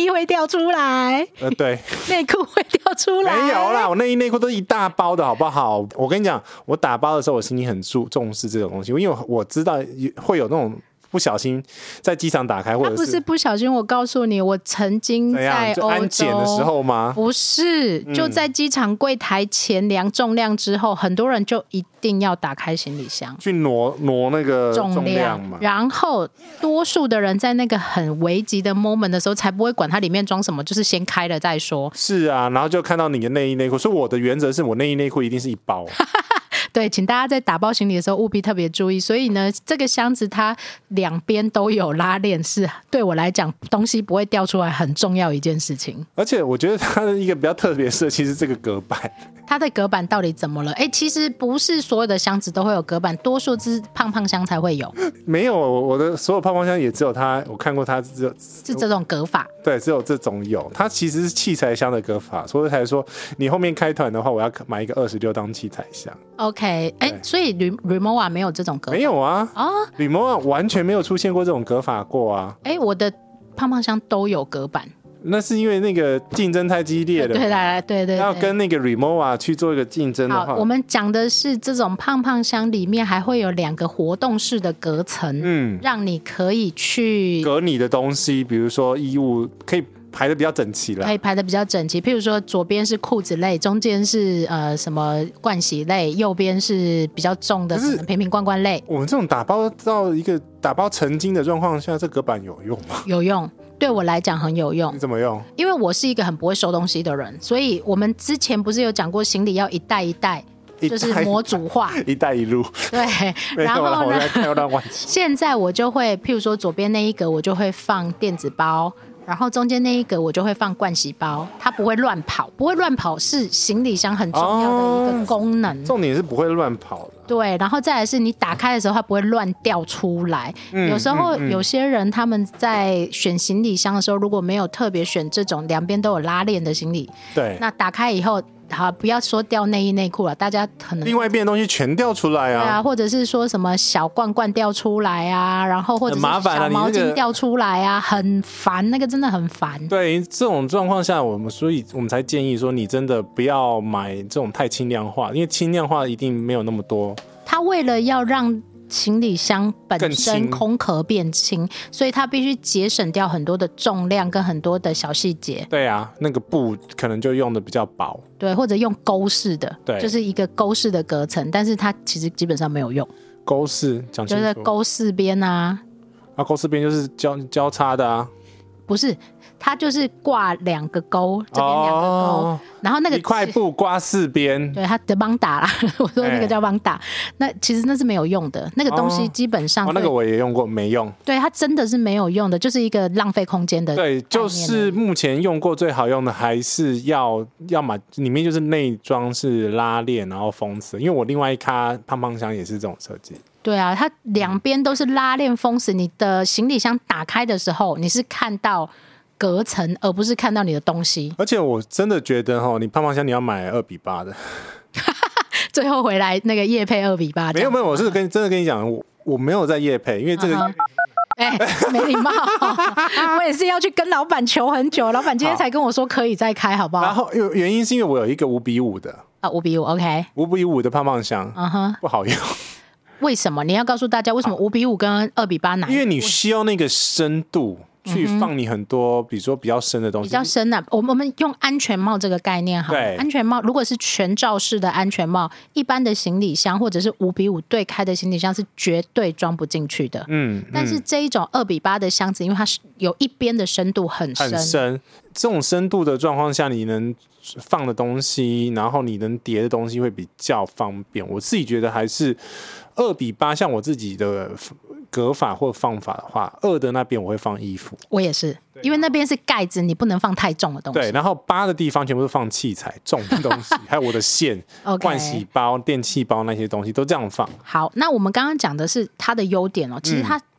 衣会掉出来， 呃，对， 内裤会掉出来。 没有啦，我内衣内裤都一大包的好不好？我跟你讲，我打包的时候，我心里很注重视这种东西，因为我知道会有那种不小心在机场打开，或者是他不是不小心，我告诉你，我曾经在欧洲安检的时候吗？ 不是，就在机场柜台前量重量之后，很多人就一定要打开行李箱去挪挪那个重重量嘛。 然后多数的人在那个很危急的 moment 的时候，才不会管它里面装什么，就是先开了再说。 是啊，然后就看到你的内衣内裤，所以我的原则是我内衣内裤一定是一包。 对，请大家在打包行李的时候务必特别注意。所以呢，这个箱子它两边都有拉链，是对我来讲东西不会掉出来很重要一件事情。 而且我觉得它的一个比较特别的设计是这个隔板。 它的隔板到底怎么了？哎，其实不是所有的箱子都会有隔板，多数是胖胖箱才会有。 没有，我的所有泡泡箱也只有它，我看过它只有是这种隔法。 对，只有这种有。它其实是器材箱的隔法，所以才说你后面开团的话，我要买一个二十六当器材箱。 OK， 哎，所以 Rimowa 没有这种隔法？ 没有啊， 啊 Rimowa 完全没有出现过这种隔法过啊。 哎，我的胖胖箱都有隔板。 那是因为那个竞争太激烈了， 对，来来，对对， 要跟那个 Rimowa 去做一个竞争的话， 好，我们讲的是这种胖胖箱里面还会有两个活动式的隔层，嗯，让你可以去隔你的东西，比如说衣物可以排的比较整齐啦， 可以排的比较整齐。譬如说左边是裤子类，中间是呃什么盥洗类，右边是比较重的可能瓶瓶罐罐类。 我们这种打包到一个打包成斤的状况下，这隔板有用吗？ 有用。对我来讲很有用。 你怎么用？ 因为我是一个很不会收东西的人，所以我们之前不是有讲过行李要一袋一袋，就是模组化， 一带一路。 对，然后呢，现在我就会，譬如说左边那一格我就会放电子包，然后中间那一格我就会放盥洗包，它不会乱跑，不会乱跑是行李箱很重要的一个功能。哦、 重点是不会乱跑的。 对，然后再来是你打开的时候它不会乱掉出来。嗯、有时候、嗯嗯、有些人他们在选行李箱的时候，如果没有特别选这种两边都有拉链的行李， 对， 那打开以后。好，不要说掉内衣内裤了，大家可能另外一边的东西全掉出来啊， 对啊，或者是说什么小罐罐掉出来啊，然后或者是小毛巾掉出来啊，很烦，那个真的很烦。 对，这种状况下，我们所以我们才建议说，你真的不要买这种太轻量化，因为轻量化一定没有那么多。他为了要让行李箱本身空壳变轻，所以它必须节省掉很多的重量跟很多的小细节。 对啊，那个布可能就用的比较薄， 对，或者用钩式的， 对， 就是一个钩式的隔层，但是它其实基本上没有用。 钩式讲清楚， 就是钩四边啊， 啊，钩四边就是交交叉的啊， 不是。它就是挂两个钩，这边两个钩，哦、然后那个一块布挂四边， 对，它的邦打啦，我说那个叫邦打，欸、那其实那是没有用的，那个东西基本上， 哦哦、那个我也用过，没用， 对，它真的是没有用的，就是一个浪费空间的， 对，就是目前用过最好用的，还是要要么里面就是内装是拉链，然后封死，因为我另外一咖胖胖箱也是这种设计。 对啊，它两边都是拉链封死，你的行李箱打开的时候，你是看到隔层，而不是看到你的东西。 而且我真的觉得齁，你胖胖箱你要买二比八的。 最后回来那个业配二比八。 没有没有，我是跟真的跟你讲，我我没有在业配，因为这个。Uh-huh. 哎、欸，没礼貌！我也是要去跟老板求很久，老板今天才跟我说可以再开，好不好？ 然后原因是因为我有一个五比五的啊，五比五 ，OK， 五比五的胖胖箱，嗯哼，不好用。 为什么？你要告诉大家为什么五比五跟二比八难？ 因为你需要那个深度。去放你很多，比如说比较深的东西， 比较深啊。我们我们用安全帽这个概念好了，安全帽如果是全罩式的安全帽，一般的行李箱或者是五比五对开的行李箱是绝对装不进去的。嗯，但是这一种二比八的箱子，因为它是有一边的深度很深， 很深，这种深度的状况下，你能放的东西，然后你能叠的东西会比较方便。我自己觉得还是二比八，像我自己的。隔法或放法的话，二的那边我会放衣服， 我也是，因为那边是盖子，你不能放太重的东西。 对，然后八的地方全部是放器材、重的东西，还有我的线、盥洗包、电器包那些东西都这样放。 好，那我们刚刚讲的是它的优点哦，其实它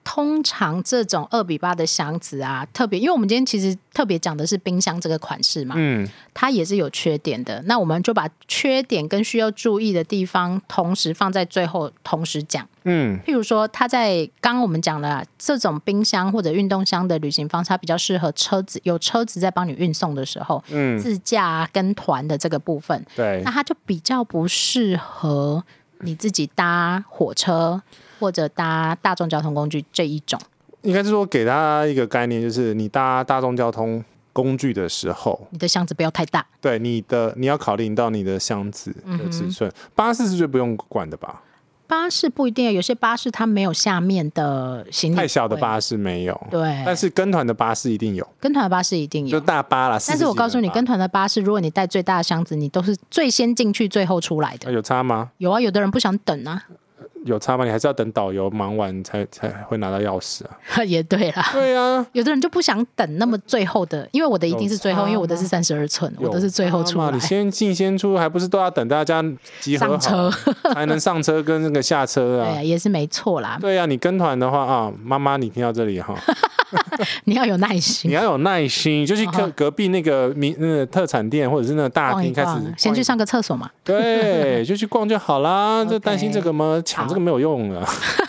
通常这种二比八的箱子啊，特别因为我们今天其实特别讲的是冰箱这个款式嘛， 嗯， 它也是有缺点的。那我们就把缺点跟需要注意的地方同时放在最后，同时讲。 嗯， 譬如说，它在刚刚我们讲了这种冰箱或者运动箱的旅行方式，它比较适合车子有车子在帮你运送的时候，嗯，自驾、啊、跟团的这个部分， 对， 那它就比较不适合你自己搭火车或者搭大众交通工具这一种。 应该是说给大家一个概念，就是你搭大众交通工具的时候， 你的箱子不要太大， 对你的你要考虑到你的箱子的尺寸。嗯、巴士是最不用管的吧？ 巴士不一定，有些巴士它没有下面的行李， 太小的巴士没有， 对， 但是跟团的巴士一定有， 跟团的巴士一定有， 就大巴啦。 但是我告诉你，跟团的巴士，如果你带最大的箱子，你都是最先进去，最后出来的。 有差吗？ 有啊，有的人不想等啊。 有差吗？你还是要等导游忙完才才会拿到钥匙啊。 也对啦， 对啊， 有的人就不想等那么最后的，因为我的一定是最后，因为我的是三十二寸，我的是最后出来。 你先进先出，还不是都要等大家集合好上车才能上车跟那个下车啊？ 对，也是没错啦。 对啊，你跟团的话啊，妈妈你听到这里哈。 你要有耐心， 你要有耐心，就去隔隔壁那个民那个特产店或者是那个大厅开始， 先去上个厕所嘛。 对，就去逛就好啦。这担心这个吗？抢这个没有用的。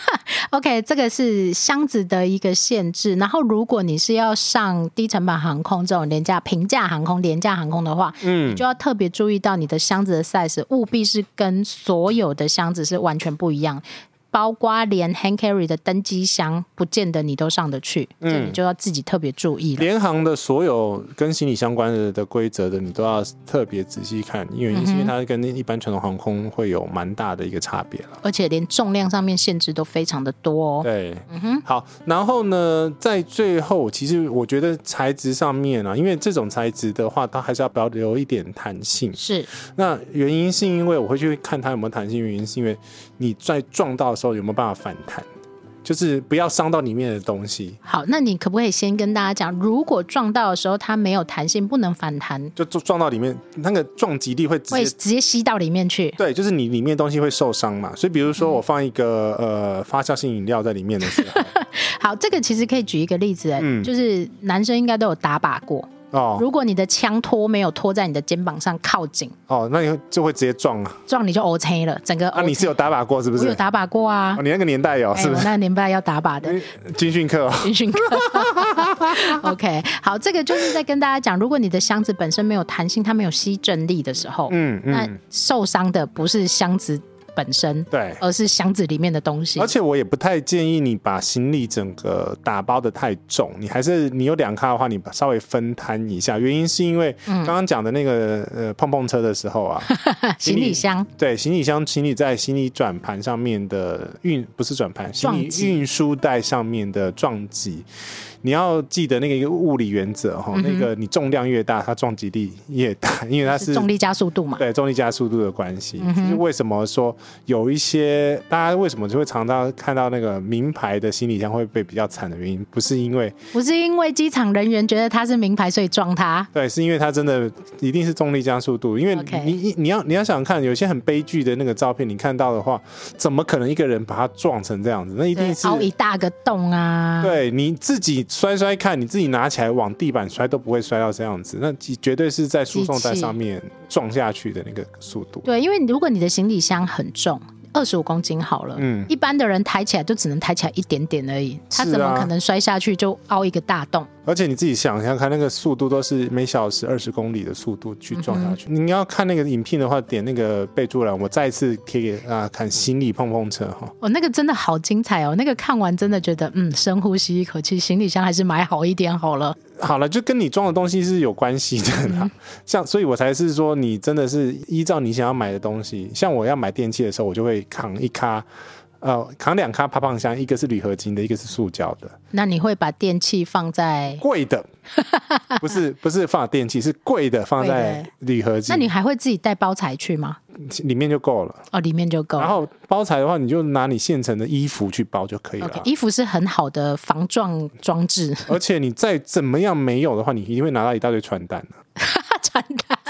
OK， 这个是箱子的一个限制。然后，如果你是要上低成本航空这种廉价、平价航空、廉价航空的话，嗯，你就要特别注意到你的箱子的 size， 务必是跟所有的箱子是完全不一样。包括连 hand carry 的登机箱，不见得你都上得去，这、嗯、你就要自己特别注意了。 联航的所有跟行李相关的的规则的，你都要特别仔细看，因为因为它跟一般传统航空会有蛮大的一个差别了。 而且连重量上面限制都非常的多哦。 对，嗯哼，好，然后呢，在最后，其实我觉得材质上面啊，因为这种材质的话，它还是要保留一点弹性。 是， 那原因是因为我会去看它有没有弹性，原因是因为你在撞到的时候有没有办法反弹，就是不要伤到里面的东西。 好，那你可不可以先跟大家讲，如果撞到的时候它没有弹性，不能反弹， 就撞到里面，那个撞击力会直接会直接吸到里面去。 对，就是你里面东西会受伤嘛。所以比如说我放一个、嗯、呃发酵性饮料在里面的时候， 好，这个其实可以举一个例子、嗯，就是男生应该都有打靶过。哦，如果你的枪托没有托在你的肩膀上靠紧， 哦，那你就会直接撞啊， 撞你就 O K 了，整个 O K。啊， 你是有打靶过是不是？ 我有打靶过啊， 哦、你那个年代有、欸、是不是？ 我那个年代要打靶的， 军训课、哦， 军训课。OK， 好，这个就是在跟大家讲，如果你的箱子本身没有弹性，它没有吸震力的时候，嗯嗯，那受伤的不是箱子本身， 对， 而是箱子里面的东西。 而且我也不太建议你把行李整个打包的太重，你还是你有两卡的话，你稍微分摊一下。原因是因为刚刚讲的那个呃碰碰车的时候啊， 行李箱， 对，行李箱，行李在行李转盘上面的运不是转盘，行李运输带上面的撞击。你要记得那个一个物理原则哈、嗯，那个你重量越大，它撞击力越大，因为它是重力加速度嘛。 对，重力加速度的关系。嗯、就是为什么说有一些大家为什么就会常常看到那个名牌的行李箱会被比较惨的原因，不是因为不是因为机场人员觉得它是名牌所以撞它， 对，是因为它真的一定是重力加速度。因为你、okay. 你, 你要你要想想看，有些很悲剧的那个照片，你看到的话，怎么可能一个人把它撞成这样子？那一定是凹一大个洞啊！ 对，你自己摔摔看，你自己拿起来往地板摔都不会摔到这样子，那绝对是在输送带上面撞下去的那个速度。 对，因为如果你的行李箱很重，二十五公斤好了，嗯，一般的人抬起来就只能抬起来一点点而已，他怎么可能摔下去就凹一个大洞？ 而且你自己想想看，那个速度都是每小时二十公里的速度去撞下去。嗯、你要看那个影片的话，点那个备注栏，我再一次贴给大家看行李碰碰车哈。 我、哦、那个真的好精彩哦！那个看完真的觉得，嗯，深呼吸一口气，行李箱还是买好一点好了。 好了，就跟你装的东西是有关系的啦。嗯、像，所以我才是说，你真的是依照你想要买的东西。像我要买电器的时候，我就会扛一卡。呃，扛两卡泡泡箱，一个是铝合金的，一个是塑胶的。 那你会把电器放在贵的？不是不是放电器，是贵的放在铝合金。 那你还会自己带包材去吗？ 里面就够了。 哦，里面就够了。 然后包材的话，你就拿你现成的衣服去包就可以了。 Okay, 衣服是很好的防撞装置。 而且你再怎么样没有的话，你一定会拿到一大堆传单的。 传单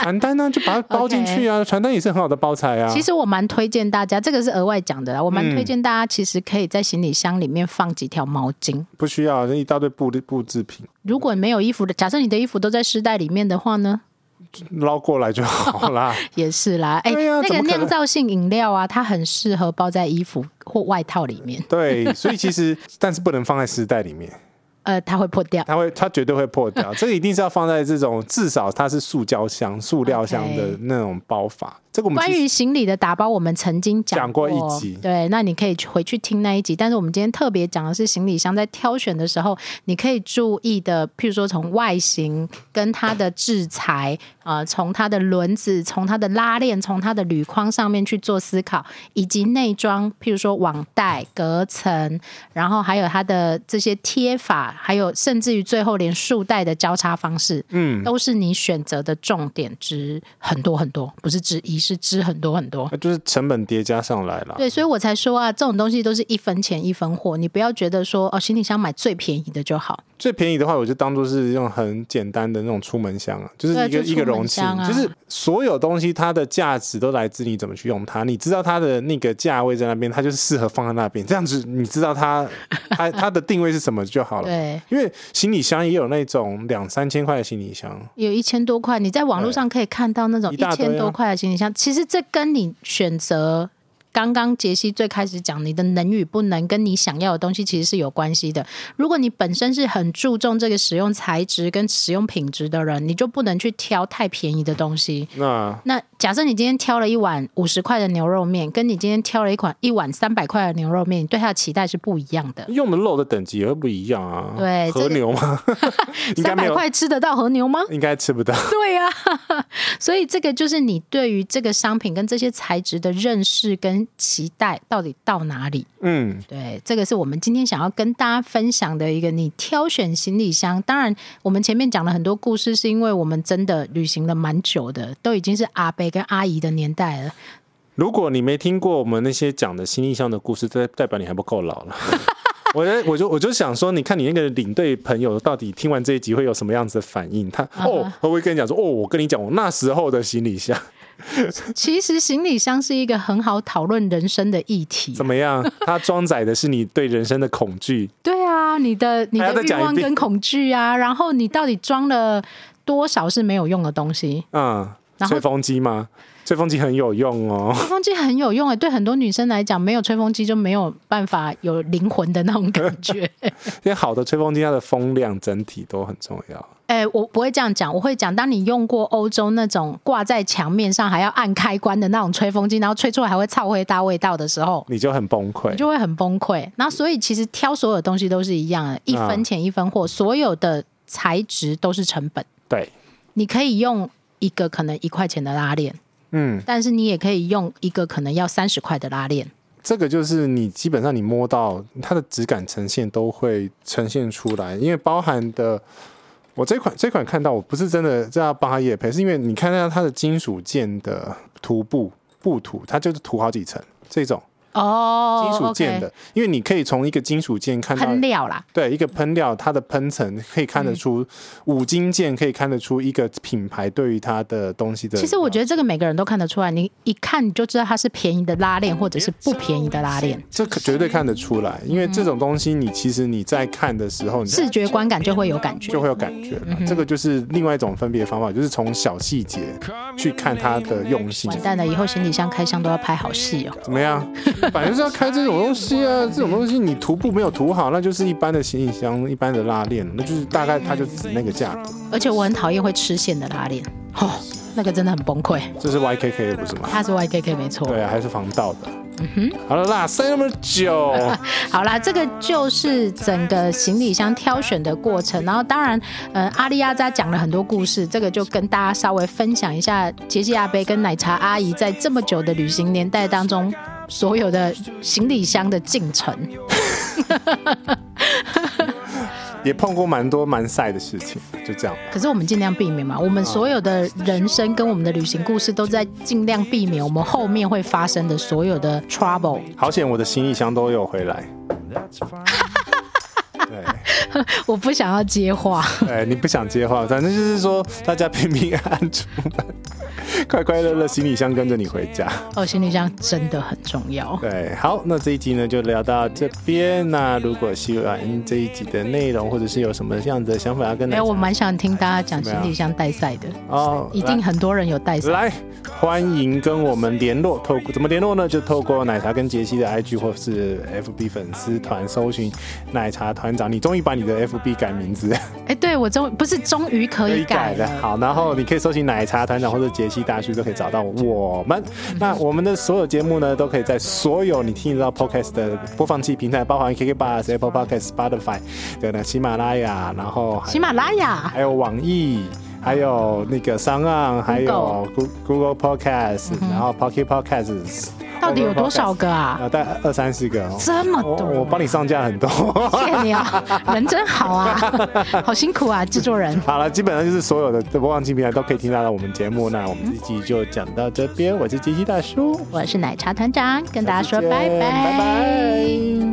传单呢、啊、就把它包进去啊，传、okay. 单也是很好的包材啊。 其实我蛮推荐大家，这个是额外讲的啦，我蛮推荐大家其实可以在行李箱里面放几条毛巾。 不需要，一大堆布布制品。 如果没有衣服的，假设你的衣服都在湿袋里面的话呢？ 捞过来就好啦。 也是啦，哎、欸啊，那个酿造性饮料啊，它很适合包在衣服或外套里面。 对，所以其实但是不能放在湿袋里面。 呃，它会破掉， 它会，它绝对会破掉。这个一定是要放在这种至少它是塑胶箱、塑料箱的那种包法。这个我们关于行李的打包，我们曾经讲过, 讲过一集， 对，那你可以回去听那一集。但是我们今天特别讲的是行李箱在挑选的时候，你可以注意的，譬如说从外形跟它的制裁，呃，从它的轮子、从它的拉链、从它的铝框上面去做思考，以及内装，譬如说网袋、隔层，然后还有它的这些贴法，还有甚至于最后连束带的交叉方式，嗯，都是你选择的重点之很多很多，不是之一。是支很多很多， 就是成本叠加上来了。 对，所以我才说啊，这种东西都是一分钱一分货，你不要觉得说哦，行李箱买最便宜的就好。 最便宜的话，我就当做是用很简单的那种出门箱啊，就是一个、啊、一个容器、啊，就是所有东西它的价值都来自你怎么去用它。你知道它的那个价位在那边，它就是适合放在那边，这样子你知道它它它的定位是什么就好了。 对， 因为行李箱也有那种两三千块的行李箱， 有一千多块，你在网络上可以看到那种一千多块的行李箱。其实这跟你选择刚刚杰西最开始讲你的能与不能跟你想要的东西其实是有关系的。如果你本身是很注重这个使用材质跟使用品质的人，你就不能去挑太便宜的东西。那那假设你今天挑了一碗五十块的牛肉面，跟你今天挑了一款一碗三百块的牛肉面，你对它的期待是不一样的， 用的肉的等级也会不一样啊。 对， 和牛吗？ 三百块吃得到和牛吗？ 应该吃不到。 对啊，所以这个就是你对于这个商品跟这些材质的认识跟期待到底到哪里。嗯，对，这个是我们今天想要跟大家分享的一个你挑选行李箱。当然我们前面讲了很多故事，是因为我们真的旅行了蛮久的，都已经是阿伯跟阿姨的年代了。 如果你没听过我们那些讲的行李箱的故事，代表你还不够老了。我我就我就想说，你看你那个领队朋友到底听完这一集会有什么样子的反应？他、uh-huh. 哦会不会跟你讲说，哦，我跟你讲我那时候的行李箱。 其实行李箱是一个很好讨论人生的议题、啊。 怎么样？它装载的是你对人生的恐惧。 对啊，你的你的欲望跟恐惧啊，然后你到底装了多少是没有用的东西？嗯， 吹风机吗？吹风机很有用哦， 吹风机很有用哎，对很多女生来讲，没有吹风机就没有办法有灵魂的那种感觉。 因为好的吹风机，它的风量整体都很重要。 哎，我不会这样讲，我会讲，当你用过欧洲那种挂在墙面上还要按开关的那种吹风机，然后吹出来还会臭灰大味道的时候， 你就很崩溃， 你就会很崩溃。然后所以其实挑所有东西都是一样的，一分钱一分货，所有的材质都是成本。 对， 你可以用一个可能一块钱的拉链。嗯，但是你也可以用一个可能要三十块的拉链， 这个就是你基本上你摸到它的质感呈现都会呈现出来，因为包含的我这款这款看到我不是真的这要帮他业配，是因为你看到它的金属件的涂布布涂，它就是涂好几层这种。哦，金属件的， okay. 因为你可以从一个金属件看到喷料啦， 对，一个喷料它的喷层可以看得出、嗯、五金件可以看得出一个品牌对于它的东西的。 其实我觉得这个每个人都看得出来，你一看你就知道它是便宜的拉链或者是不便宜的拉链， 这绝对看得出来，因为这种东西你其实你在看的时候， 视觉观感就会有感觉， 就会有感觉、嗯、这个就是另外一种分别方法，就是从小细节去看它的用心。 完蛋了，以后行李箱开箱都要拍好细哦。 怎么样？反正就是要开这种东西啊，这种东西你涂布没有涂好，那就是一般的行李箱、一般的拉链，那就是大概它就值那个价格。 而且我很讨厌会吃线的拉链，哦，那个真的很崩溃。 这是 Y K K 不是吗？ 它是 Y K K 没错。 对啊，还是防盗的。嗯哼，好了啦，塞那么久。 好啦，这个就是整个行李箱挑选的过程。然后当然，呃，阿里阿扎讲了很多故事，这个就跟大家稍微分享一下杰西阿伯跟奶茶阿姨在这么久的旅行年代当中所有的行李箱的进程。 也碰过蛮多蛮晒的事情，就这样。 可是我们尽量避免嘛，我们所有的人生跟我们的旅行故事都在尽量避免我们后面会发生的所有的 trouble。 好险我的行李箱都有回来。对， 我不想要接话。 对，你不想接话，反正就是说大家平平安安出门。 快快乐乐行李箱跟着你回家。 哦，行李箱真的很重要。 对，好，那这一集呢就聊到这边。那如果喜欢这一集的内容，或者是有什么样的想法要跟大家， 哎，我蛮想听大家讲行李箱带赛的哦， 一定很多人有带赛。 来，欢迎跟我们联络，透过怎么联络呢？就透过奶茶跟杰西的 I G 或是 F B 粉丝团搜寻奶茶团长。你终于把你的 F B 改名字， 哎，对我终不是终于可以改了。 好，然后你可以搜寻奶茶团长或者杰西大叔，都可以找到我们。嗯、那我们的所有节目呢，都可以在所有你听得到 Podcast 的播放器平台，包含 K K Bus、Apple Podcast、Spotify 的呢，喜马拉雅，然后喜马拉雅， 还有网易。还有那个商岸，还有 Google Podcast，、嗯、然后 Pocket Podcasts， 到底有多少个啊？ 呃，大概二三十个、哦， 这么多， 我帮你上架很多， 谢谢你啊，人真好啊，好辛苦啊，制作人。 好了，基本上就是所有的播放器平台都可以听到我们节目。那我们这集就讲到这边，我是杰西大叔， 我是奶茶团长，跟大家说拜拜， 拜拜。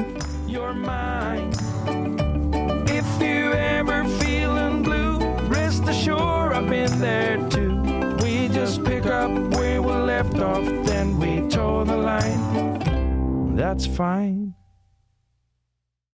Been there too. We just pick up where we left off, then we toe the line. That's fine.